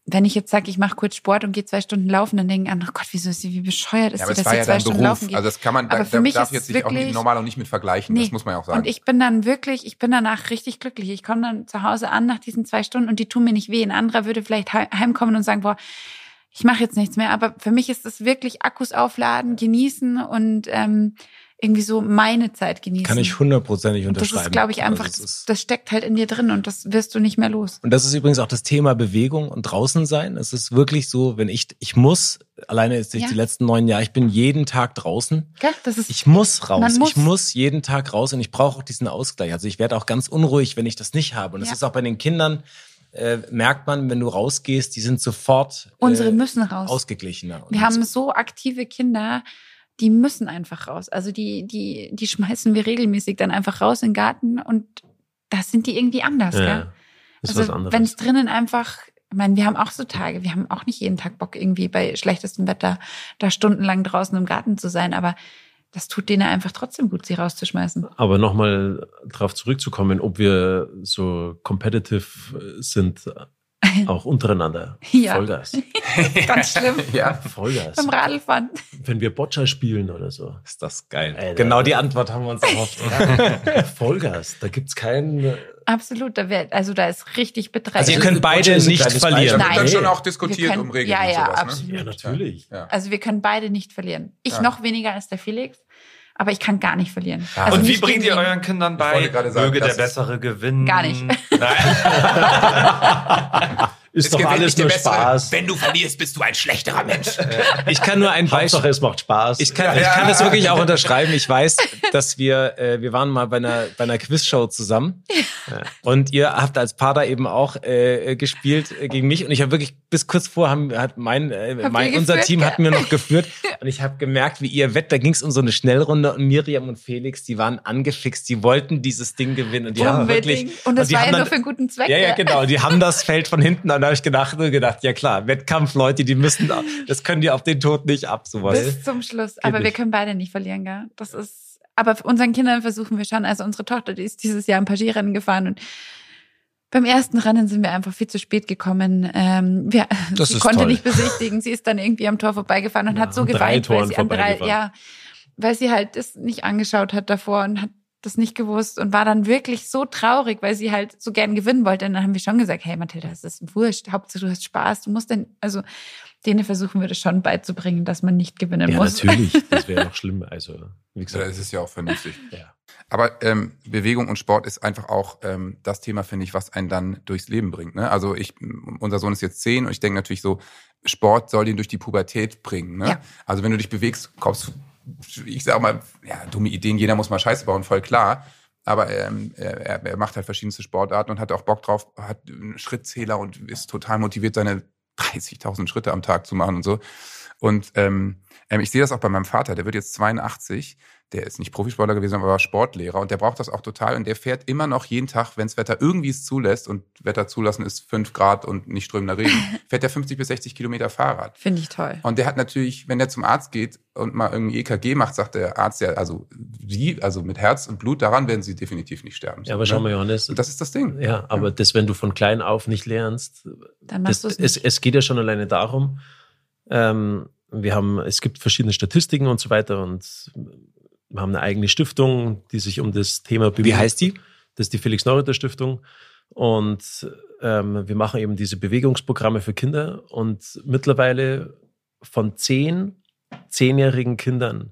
wenn ich jetzt sage, ich mache kurz Sport und gehe zwei Stunden laufen, dann denken andere, oh Gott, wieso ist sie, wie bescheuert ist Ja, sie, aber es dass war sie ja zwei dein Stunden Beruf. laufen geht. Also das kann man, da, Aber für da mich darf ist jetzt es sich auch wirklich- nicht, normal auch nicht mit vergleichen. Nee. Das muss man ja auch sagen. Und ich bin dann wirklich, ich bin danach richtig glücklich. Ich komme dann zu Hause an nach diesen zwei Stunden und die tun mir nicht weh. Ein anderer würde vielleicht heim- heimkommen und sagen, boah, ich mache jetzt nichts mehr. Aber für mich ist es wirklich Akkus aufladen, genießen und ähm, irgendwie so meine Zeit genießen. Kann ich hundertprozentig Und das unterschreiben. ist, glaube ich, einfach, Also es ist- das steckt halt in dir drin und das wirst du nicht mehr los. Und das ist übrigens auch das Thema Bewegung und draußen sein. Es ist wirklich so, wenn ich, ich muss, alleine jetzt durch Ja. die letzten neun Jahre, ich bin jeden Tag draußen. Gell? Das ist, Ich muss raus. Man muss. Ich muss jeden Tag raus und ich brauche auch diesen Ausgleich. Also ich werde auch ganz unruhig, wenn ich das nicht habe. Und das Ja. ist auch bei den Kindern, äh, merkt man, wenn du rausgehst, die sind sofort unsere äh, müssen raus. ausgeglichener. Wir Und haben so aktive Kinder, die müssen einfach raus. Also die, die, die schmeißen wir regelmäßig dann einfach raus in den Garten und da sind die irgendwie anders, Ja, gell? ist Also was anderes. wenn es drinnen einfach, ich meine, wir haben auch so Tage, wir haben auch nicht jeden Tag Bock, irgendwie bei schlechtestem Wetter da stundenlang draußen im Garten zu sein, aber das tut denen einfach trotzdem gut, sie rauszuschmeißen. Aber nochmal darauf zurückzukommen, ob wir so competitive sind, auch untereinander. Ja. Vollgas. Ganz schlimm. Ja. Vollgas. Beim Radlfahren. Wenn wir Boccia spielen oder so. ist das geil. Ey, genau da- die Antwort haben wir uns erhofft. Vollgas. Da gibt's keinen. Absolut, da wär, also da ist richtig Betreib. Also ihr Das könnt ist- beide Boccia ist ein nicht kleines verlieren. Da Beispiel. wird dann Nein. schon auch Wir diskutiert können- um Regeln ja, und ja, sowas. absolut. Ne? Ja, natürlich. Ja. Also wir können beide nicht verlieren. Ich Ja. noch weniger als der Felix, aber ich kann gar nicht verlieren. Ja. Also Und wie nicht bringt ihr gegen ihn. euren Kindern Ich wollte bei, gerade sagen, möge der das ist- Bessere gewinnen? Gar nicht. Nein. Ist Es doch gewinnt alles nicht der nur Bessere. Spaß. Wenn du verlierst, bist du ein schlechterer Mensch. Ich kann nur ein Beispiel. Hauptsache, es macht Spaß. Ich kann, ich kann das wirklich auch unterschreiben. Ich weiß, dass wir, äh, wir waren mal bei einer, bei einer Quizshow zusammen. Und ihr habt als Paar da eben auch äh, gespielt äh, gegen mich. Und ich habe wirklich bis kurz vor, haben, hat mein, äh, Habt mein ihr unser geführt, Team gell? hat mir noch geführt. Und ich habe gemerkt, wie ihr wett, da ging es um so eine Schnellrunde. Und Miriam und Felix, die waren angefixt. Die wollten dieses Ding gewinnen. Und die haben Unbedingt. wirklich. Und das die war haben ja dann- nur für einen guten Zweck. Ja, ja, genau. Die haben das Feld von hinten an. Da habe ich gedacht, nur gedacht, ja klar, Wettkampfleute, die müssen, da- das können die auf den Tod nicht ab, sowas. Bis zum Schluss. Aber wir nicht. können beide nicht verlieren, gell? Das ist, aber für unseren Kindern versuchen wir schon. Also unsere Tochter, die ist dieses Jahr ein paar Skirennen gefahren und beim ersten Rennen sind wir einfach viel zu spät gekommen. Ähm, wir, Das sie ist konnte toll. nicht besichtigen. Sie ist dann irgendwie am Tor vorbeigefahren und Ja, hat so an drei geweint, weil Toren sie an drei, vorbeigefahren. ja, weil sie halt das nicht angeschaut hat davor und hat das nicht gewusst und war dann wirklich so traurig, weil sie halt so gern gewinnen wollte. Und dann haben wir schon gesagt, hey Mathilda, es ist wurscht, Hauptsache du hast Spaß, du musst denn, also denen versuchen wir das schon beizubringen, dass man nicht gewinnen Ja, muss. natürlich. Das wäre noch schlimm. Also, wie Ja, gesagt. das ist ja auch vernünftig. Ja. Aber ähm, Bewegung und Sport ist einfach auch ähm, das Thema, finde ich, was einen dann durchs Leben bringt. Ne? Also ich, unser Sohn ist jetzt zehn und ich denke natürlich so, Sport soll ihn durch die Pubertät bringen. Ne? Ja. Also wenn du dich bewegst, kommst du, ich sag mal, ja, dumme Ideen, jeder muss mal Scheiße bauen, voll klar. Aber ähm, er, er macht halt verschiedenste Sportarten und hat auch Bock drauf, hat einen Schrittzähler und ist total motiviert, seine dreißigtausend Schritte am Tag zu machen und so. Und ähm, ich sehe das auch bei meinem Vater, der wird jetzt zweiundachtzig, der ist nicht Profisportler gewesen, aber war Sportlehrer und der braucht das auch total und der fährt immer noch jeden Tag, wenn das Wetter irgendwie es zulässt und Wetter zulassen ist fünf Grad und nicht strömender Regen, fährt der fünfzig bis sechzig Kilometer Fahrrad. Finde ich toll. Und der hat natürlich, wenn der zum Arzt geht und mal irgendwie E K G macht, sagt der Arzt ja, also sie, also mit Herz und Blut, daran werden sie definitiv nicht sterben. Ja, aber schau mal, Johannes. Und das ist das Ding. Ja, aber das, wenn du von klein auf nicht lernst, Dann das, machst du es es, nicht. es geht ja schon alleine darum, ähm, wir haben, es gibt verschiedene Statistiken und so weiter und wir haben eine eigene Stiftung, die sich um das Thema bemüht. Wie heißt die? Das ist die Felix-Neureuter-Stiftung und ähm, wir machen eben diese Bewegungsprogramme für Kinder und mittlerweile von zehn zehnjährigen Kindern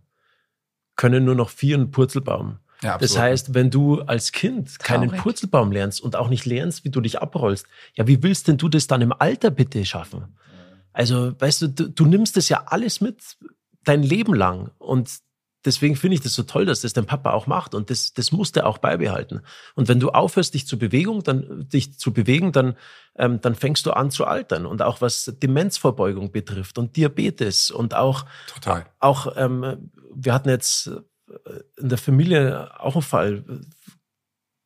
können nur noch vier einen Purzelbaum. Ja, Das absolut. heißt, wenn du als Kind keinen Traurig. Purzelbaum lernst und auch nicht lernst, wie du dich abrollst, ja, wie willst denn du das dann im Alter bitte schaffen? Also, weißt du, du, du nimmst das ja alles mit dein Leben lang und deswegen finde ich das so toll, dass das dein Papa auch macht und das, das musst du auch beibehalten. Und wenn du aufhörst, dich zu Bewegung, dann, dich zu bewegen, dann, ähm, dann fängst du an zu altern und auch was Demenzvorbeugung betrifft und Diabetes und auch, Total. auch ähm, wir hatten jetzt in der Familie auch einen Fall,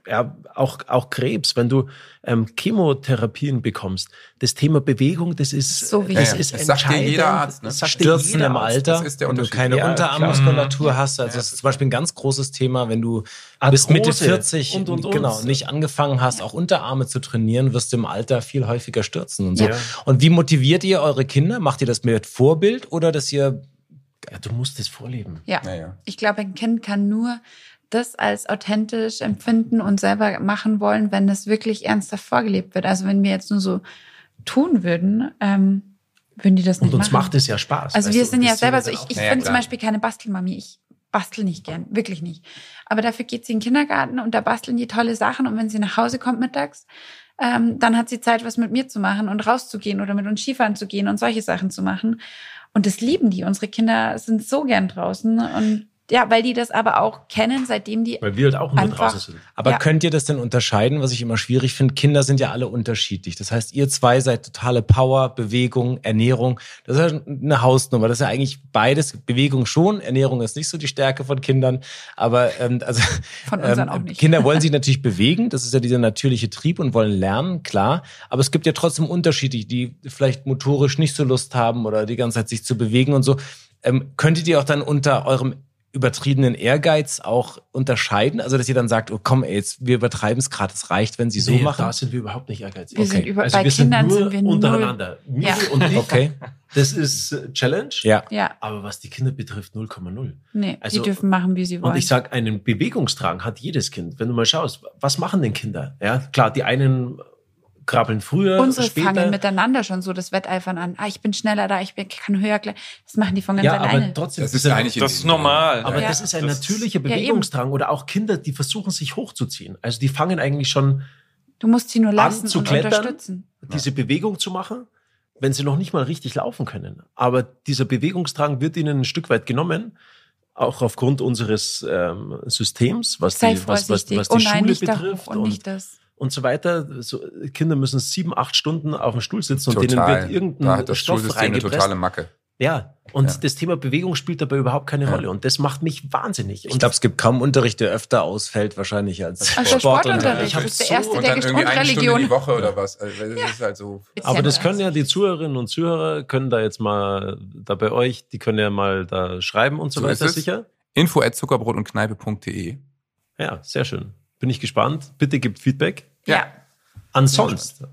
ja, auch, auch Krebs, wenn du ähm, Chemotherapien bekommst. Das Thema Bewegung, das ist So wichtig. das Ja, ja. ist Das sagt dir entscheidend. jeder Arzt, ne? Das sagt dir Stürzen jeder im Arzt. Alter, Das ist der wenn du Unterschied. keine Ja, Unterarmmuskulatur klar. hast. Also Ja, das ist zum Beispiel ein ganz großes Thema, wenn du Arthrose bis Mitte vierzig und, und, und. genau nicht angefangen hast, auch Unterarme zu trainieren, wirst du im Alter viel häufiger stürzen und so. Ja. Und wie motiviert ihr eure Kinder? Macht ihr das mit Vorbild oder dass ihr Ja, du musst es vorleben. Ja. Ja, ja. Ich glaube, ein Kind kann nur das als authentisch empfinden und selber machen wollen, wenn es wirklich ernsthaft vorgelebt wird. Also wenn wir jetzt nur so tun würden, ähm, würden die das nicht Und uns machen. macht es ja Spaß. Also weißt wir du, sind das ja selber wir so, dann ich, auch. ich Ja, ja, bin zum klar. Beispiel keine Bastelmami. Ich bastel nicht gern, wirklich nicht. Aber dafür geht sie in den Kindergarten und da basteln die tolle Sachen und wenn sie nach Hause kommt mittags, ähm, dann hat sie Zeit, was mit mir zu machen und rauszugehen oder mit uns Skifahren zu gehen und solche Sachen zu machen. Und das lieben die. Unsere Kinder sind so gern draußen und ja, weil die das aber auch kennen, seitdem die Weil wir halt auch nur einfach- draußen sind. Aber Ja. könnt ihr das denn unterscheiden, was ich immer schwierig finde? Kinder sind ja alle unterschiedlich. Das heißt, ihr zwei seid totale Power, Bewegung, Ernährung. Das ist ja eine Hausnummer. Das ist ja eigentlich beides. Bewegung schon, Ernährung ist nicht so die Stärke von Kindern. Aber ähm, also Von unseren ähm, auch nicht. Kinder wollen sich natürlich bewegen. Das ist ja dieser natürliche Trieb und wollen lernen, klar. Aber es gibt ja trotzdem Unterschiede, die vielleicht motorisch nicht so Lust haben oder die ganze Zeit sich zu bewegen und so. Ähm, könntet ihr auch dann unter eurem übertriebenen Ehrgeiz auch unterscheiden? Also, dass ihr dann sagt, oh komm, ey, jetzt, wir übertreiben es gerade, es reicht, wenn sie so Nee, machen. da sind wir überhaupt nicht ehrgeizig. Wir sind Okay. über, Also bei wir sind Kindern nur sind wir null. untereinander. Miri Ja. und ich, Okay, das ist äh, Challenge. ja. Ja, Aber was die Kinder betrifft, null Komma null. nee, Also- die dürfen machen, wie sie wollen. Und ich sag, einen Bewegungsdrang hat jedes Kind. Wenn du mal schaust, was machen denn Kinder? Ja, klar, die einen krabbeln früher, Unsere später. fangen miteinander schon so das Wetteifern an. Ah, ich bin schneller da, ich bin, kann höher. kle- Das machen die von ganz ja, alleine. aber trotzdem. Das ist ein- ja eigentlich Das ist normal. Aber Ja. das ist ein Das- natürlicher Ja, eben. Bewegungsdrang. Oder auch Kinder, die versuchen, sich hochzuziehen. Also die fangen eigentlich schon Du musst sie nur lassen an zu und klettern, unterstützen. diese Bewegung zu machen, wenn sie noch nicht mal richtig laufen können. Aber dieser Bewegungsdrang wird ihnen ein Stück weit genommen, auch aufgrund unseres ähm, Systems, was Sei die, was, was, vorsichtig. was die Oh nein, Schule nicht da betrifft hoch und, und, nicht das. und so weiter. So, Kinder müssen sieben, acht Stunden auf dem Stuhl sitzen und denen Total. wird Da irgendein hat das Stoff Schulsystem eine reingepresst. totale Macke. Ja, und Ja. das Thema Bewegung spielt dabei überhaupt keine Ja. Rolle. Und das macht mich wahnsinnig. Ich glaube, es gibt kaum Unterricht, der öfter ausfällt wahrscheinlich als Also Sportunterricht. Sportunterricht, Ich hab das ist der so- erste, Und der dann Gesch- irgendwie und eine Stunde Religion. die Woche oder was. Also das ist halt so. Ist Aber ja das nur können eins. ja die Zuhörerinnen und Zuhörer, können da jetzt mal da bei euch, die können ja mal da schreiben und so, So ist weiter, es. sicher? info at zuckerbrot und kneipe punkt de. Ja, sehr schön. Bin ich gespannt. Bitte gebt Feedback. Ja. Ansonsten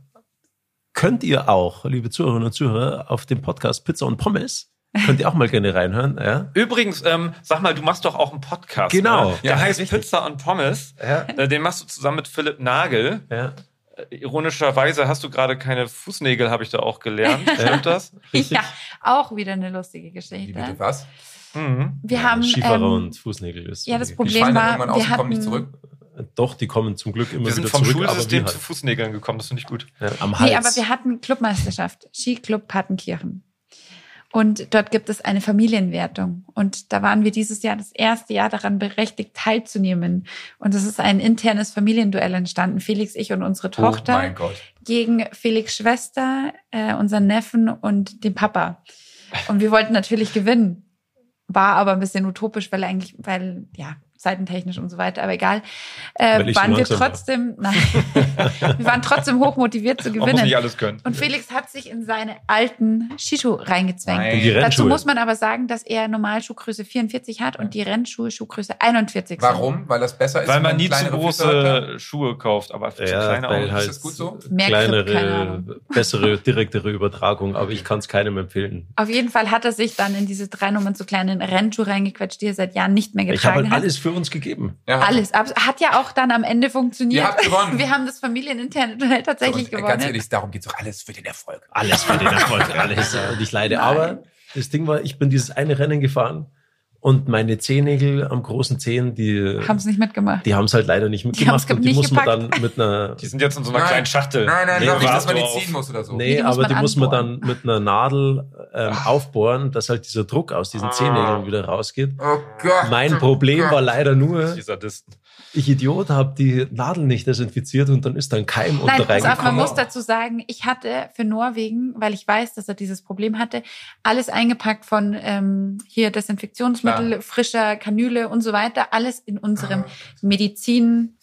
könnt ihr auch, liebe Zuhörerinnen und Zuhörer, auf dem Podcast Pizza und Pommes, könnt ihr auch mal gerne reinhören. Ja? Übrigens, ähm, sag mal, du machst doch auch einen Podcast. Genau. Ne? Der Ja, heißt richtig. Pizza und Pommes. Ja. Äh, Den machst du zusammen mit Philipp Nagel. Ja. Äh, Ironischerweise hast du gerade keine Fußnägel, habe ich da auch gelernt. Stimmt das? Richtig. Ja, auch wieder eine lustige Wie Geschichte. bitte was? Mhm. Wir haben Skifahrer ähm, und Fußnägel ist. ja, das die- Die Problem fallen dann war, irgendwann aus wir und kommen nicht hatten zurück. Doch, die kommen zum Glück immer Wir sind wieder vom zurück. aber Schulsystem wir zu halt. Fußnägeln gekommen, das finde ich gut. Am Hals. Nee, aber wir hatten Clubmeisterschaft, Skiclub Partenkirchen. Und dort gibt es eine Familienwertung. Und da waren wir dieses Jahr das erste Jahr daran berechtigt, teilzunehmen. Und es ist ein internes Familienduell entstanden. Felix, ich und unsere Oh Tochter mein Gott. gegen Felix' Schwester, äh, unseren Neffen und den Papa. Und wir wollten natürlich gewinnen. War aber ein bisschen utopisch, weil eigentlich, weil, ja, seitentechnisch und so weiter, aber egal. Weil Äh, ich waren so wir langsam war. trotzdem, nein, wir waren trotzdem hochmotiviert zu Man muss gewinnen. nicht alles können. Und Felix hat sich in seine alten Skischuhe reingezwängt. Nein. In die Dazu Rennschuhe. muss man aber sagen, dass er Normalschuhgröße vierundvierzig hat und die Rennschuhe Schuhgröße einundvierzig sind. Warum? Weil das besser ist, Weil wenn man nie zu kleinere Füße hat? große Schuhe kauft, aber für zu Ja, kleine weil auch. halt das gut so? Mehr Grip, keine kleinere, Ahnung. bessere, direktere Übertragung. Aber ich kann es keinem empfehlen. Auf jeden Fall hat er sich dann in diese drei Nummern zu kleinen Rennschuhe reingequetscht, die er seit Jahren nicht mehr Ich habe getragen halt hat. alles für uns gegeben. Ja. Alles. Aber hat ja auch dann am Ende funktioniert. Ihr habt gewonnen. Wir haben das familieninterne Duell tatsächlich Und, äh, gewonnen. ganz ehrlich, darum geht's doch alles für den Erfolg. Alles für den Erfolg, alles. Und ich leide. Nein. Aber das Ding war, ich bin dieses eine Rennen gefahren und meine Zehennägel am großen Zehen, die Haben es nicht mitgemacht. die haben es halt leider nicht haben's mitgemacht. Und die nicht muss man gepackt. dann mit einer... Die sind jetzt in so einer Nein. kleinen Schachtel. Nein, nein, Nee, sag nicht, dass warst man du die auf. ziehen muss oder so. Nee, Die muss aber man die muss man anbohren. dann mit einer Nadel ähm, aufbohren, dass halt dieser Druck aus diesen Zehennägeln wieder rausgeht. Oh Gott. Mein Problem war leider nur, Die Sadisten. ich Idiot habe die Nadel nicht desinfiziert und dann ist da ein Keim Nein, unter pass auf, man reingekommen. muss dazu sagen, ich hatte für Norwegen, weil ich weiß, dass er dieses Problem hatte, alles eingepackt von ähm, hier Desinfektionsmittel, Klar. frischer Kanüle und so weiter, alles in unserem Medizin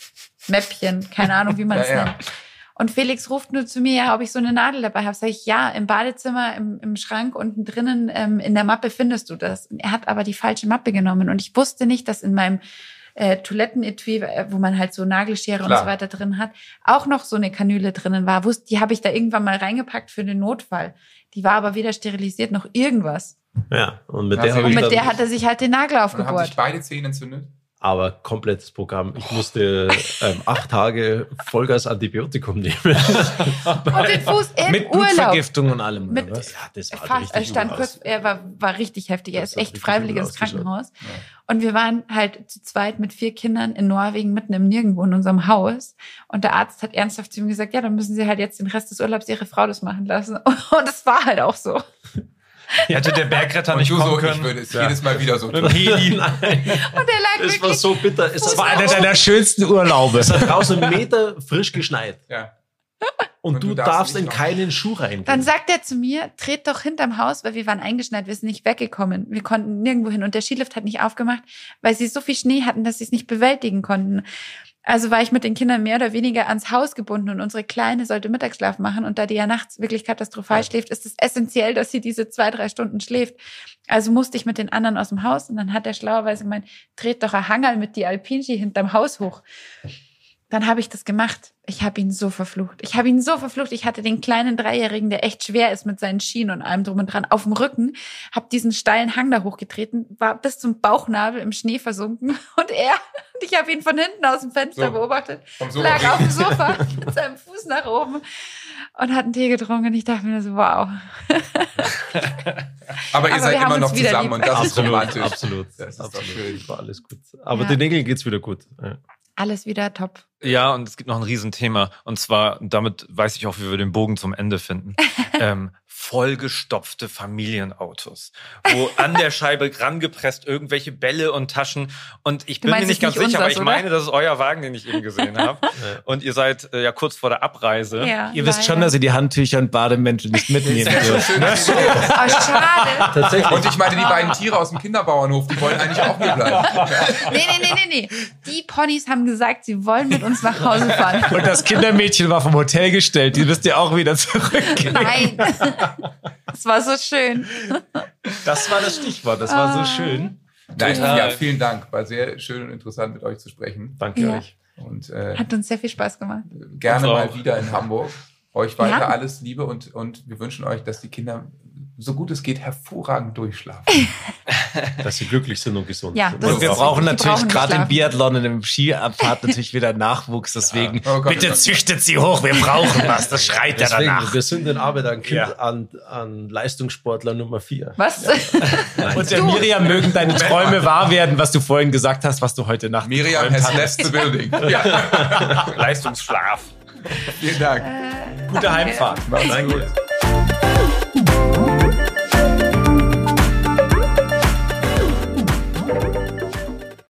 Mäppchen, keine Ahnung, wie man es Ja, ja. nennt. Und Felix ruft nur zu mir, ja, ob ich so eine Nadel dabei habe. Sag ich, ja, im Badezimmer, im, im Schrank unten drinnen, ähm, in der Mappe findest du das. Und er hat aber die falsche Mappe genommen. Und ich wusste nicht, dass in meinem äh, Toilettenetui, äh, wo man halt so Nagelschere Klar. und so weiter drin hat, auch noch so eine Kanüle drinnen war. Wusste, die habe ich da irgendwann mal reingepackt für den Notfall. Die war aber weder sterilisiert noch irgendwas. Ja, und mit Ja, der sie- habe Und ich mit dann, der hat er sich halt den Nagel Und dann haben sich aufgebohrt. beide Zähne entzündet. aber komplettes Programm. Ich musste ähm, acht Tage Vollgas Antibiotikum nehmen. Und den Fuß im Mit Urlaub. Blutvergiftung und allem, Mit- oder was? Ja, das war Fast, er richtig stand übel kurz, aus. er war, war richtig heftig. Er Das ist hat echt richtig freiwillig übel ins ausgeschaut. Krankenhaus. Und wir waren halt zu zweit mit vier Kindern in Norwegen mitten im Nirgendwo in unserem Haus. Und der Arzt hat ernsthaft zu ihm gesagt, ja, dann müssen Sie halt jetzt den Rest des Urlaubs Ihre Frau das machen lassen. Und es war halt auch so. Hätte der Bergretter Und nicht du kommen so, ich können. würde es jedes Mal wieder so Mit tun. dem Heli. Und er lag Es war wirklich, so bitter. Es Das war hat, einer deiner schönsten Urlaube. es hat draußen einen Meter frisch geschneit. Ja. Und, Und du, du darfst darfst nicht in raus. keinen Schuh reingehen. dann sagt er zu mir, dreht doch hinterm Haus, weil wir waren eingeschneit, wir sind nicht weggekommen. Wir konnten nirgendwo hin und der Skilift hat nicht aufgemacht, weil sie so viel Schnee hatten, dass sie es nicht bewältigen konnten. Also war ich mit den Kindern mehr oder weniger ans Haus gebunden und unsere Kleine sollte Mittagsschlaf machen und da die ja nachts wirklich katastrophal schläft, ist es essentiell, dass sie diese zwei, drei Stunden schläft. Also musste ich mit den anderen aus dem Haus und dann hat er schlauerweise gemeint, dreht doch ein Hangerl mit die Alpinski hinterm Haus hoch. Dann habe ich das gemacht. Ich habe ihn so verflucht. Ich habe ihn so verflucht. Ich hatte den kleinen Dreijährigen, der echt schwer ist mit seinen Schienen und allem drum und dran, auf dem Rücken, habe diesen steilen Hang da hochgetreten, war bis zum Bauchnabel im Schnee versunken und er, und ich habe ihn von hinten aus dem Fenster So. beobachtet, Vom Sofa lag auf dem reden. Sofa mit seinem Fuß nach oben und hat einen Tee getrunken und ich dachte mir so, wow. Aber ihr Aber seid wir haben immer noch uns wieder zusammen lieb. und das ist Absolut, romantisch. absolut. Das ist doch absolut. schön. War alles gut. Aber Ja. den Nägeln geht's wieder gut. Ja. Alles wieder top. Ja, und es gibt noch ein Riesenthema. Und zwar, damit weiß ich auch, wie wir den Bogen zum Ende finden. ähm, vollgestopfte Familienautos, wo an der Scheibe rangepresst irgendwelche Bälle und Taschen. Und ich Du bin mir meinst nicht es ganz nicht sicher, aber unseres, ich oder? meine, das ist euer Wagen, den ich eben gesehen habe. Und ihr seid äh, ja kurz vor der Abreise. Ja, Ihr wisst leider. schon, dass ihr die Handtücher und Bademäntel nicht mitnehmen dürft. Oh, schade. Tatsächlich. Und ich meine, die beiden Tiere aus dem Kinderbauernhof, die wollen eigentlich auch hier bleiben. Nee, nee, nee, nee, nee. Die Ponys haben gesagt, sie wollen mit uns nach Hause fahren. Und das Kindermädchen war vom Hotel gestellt. Die müsst ihr auch wieder zurückgehen. Nein. Es war so schön. Das war das Stichwort. Das war so schön. Nein, Total. ja, vielen Dank. War sehr schön und interessant, mit euch zu sprechen. Danke Ja. euch. Und äh, Hat uns sehr viel Spaß gemacht. gerne Uns mal auch. wieder in Hamburg. Euch weiter Ja. alles Liebe und, und wir wünschen euch, dass die Kinder, so gut es geht, hervorragend durchschlafen. Dass sie glücklich sind und gesund Ja, sind. das Und wir ist- brauchen die natürlich brauchen gerade im schlafen. Biathlon und im Skiabfahrt natürlich wieder Nachwuchs. Deswegen Ja. Oh Gott, bitte oh Gott. züchtet sie hoch. Wir brauchen was. Das schreit ja Deswegen, danach. wir sind in Arbeit an, kind, Ja. an, an Leistungssportler Nummer vier. Was? Und der Miriam mögen deine Träume wahr werden, was du vorhin gesagt hast, was du heute Nacht Miriam geträumt has hast. left the building. Ja. Leistungsschlaf. Vielen Dank. Gute Heimfahrt. Macht's gut.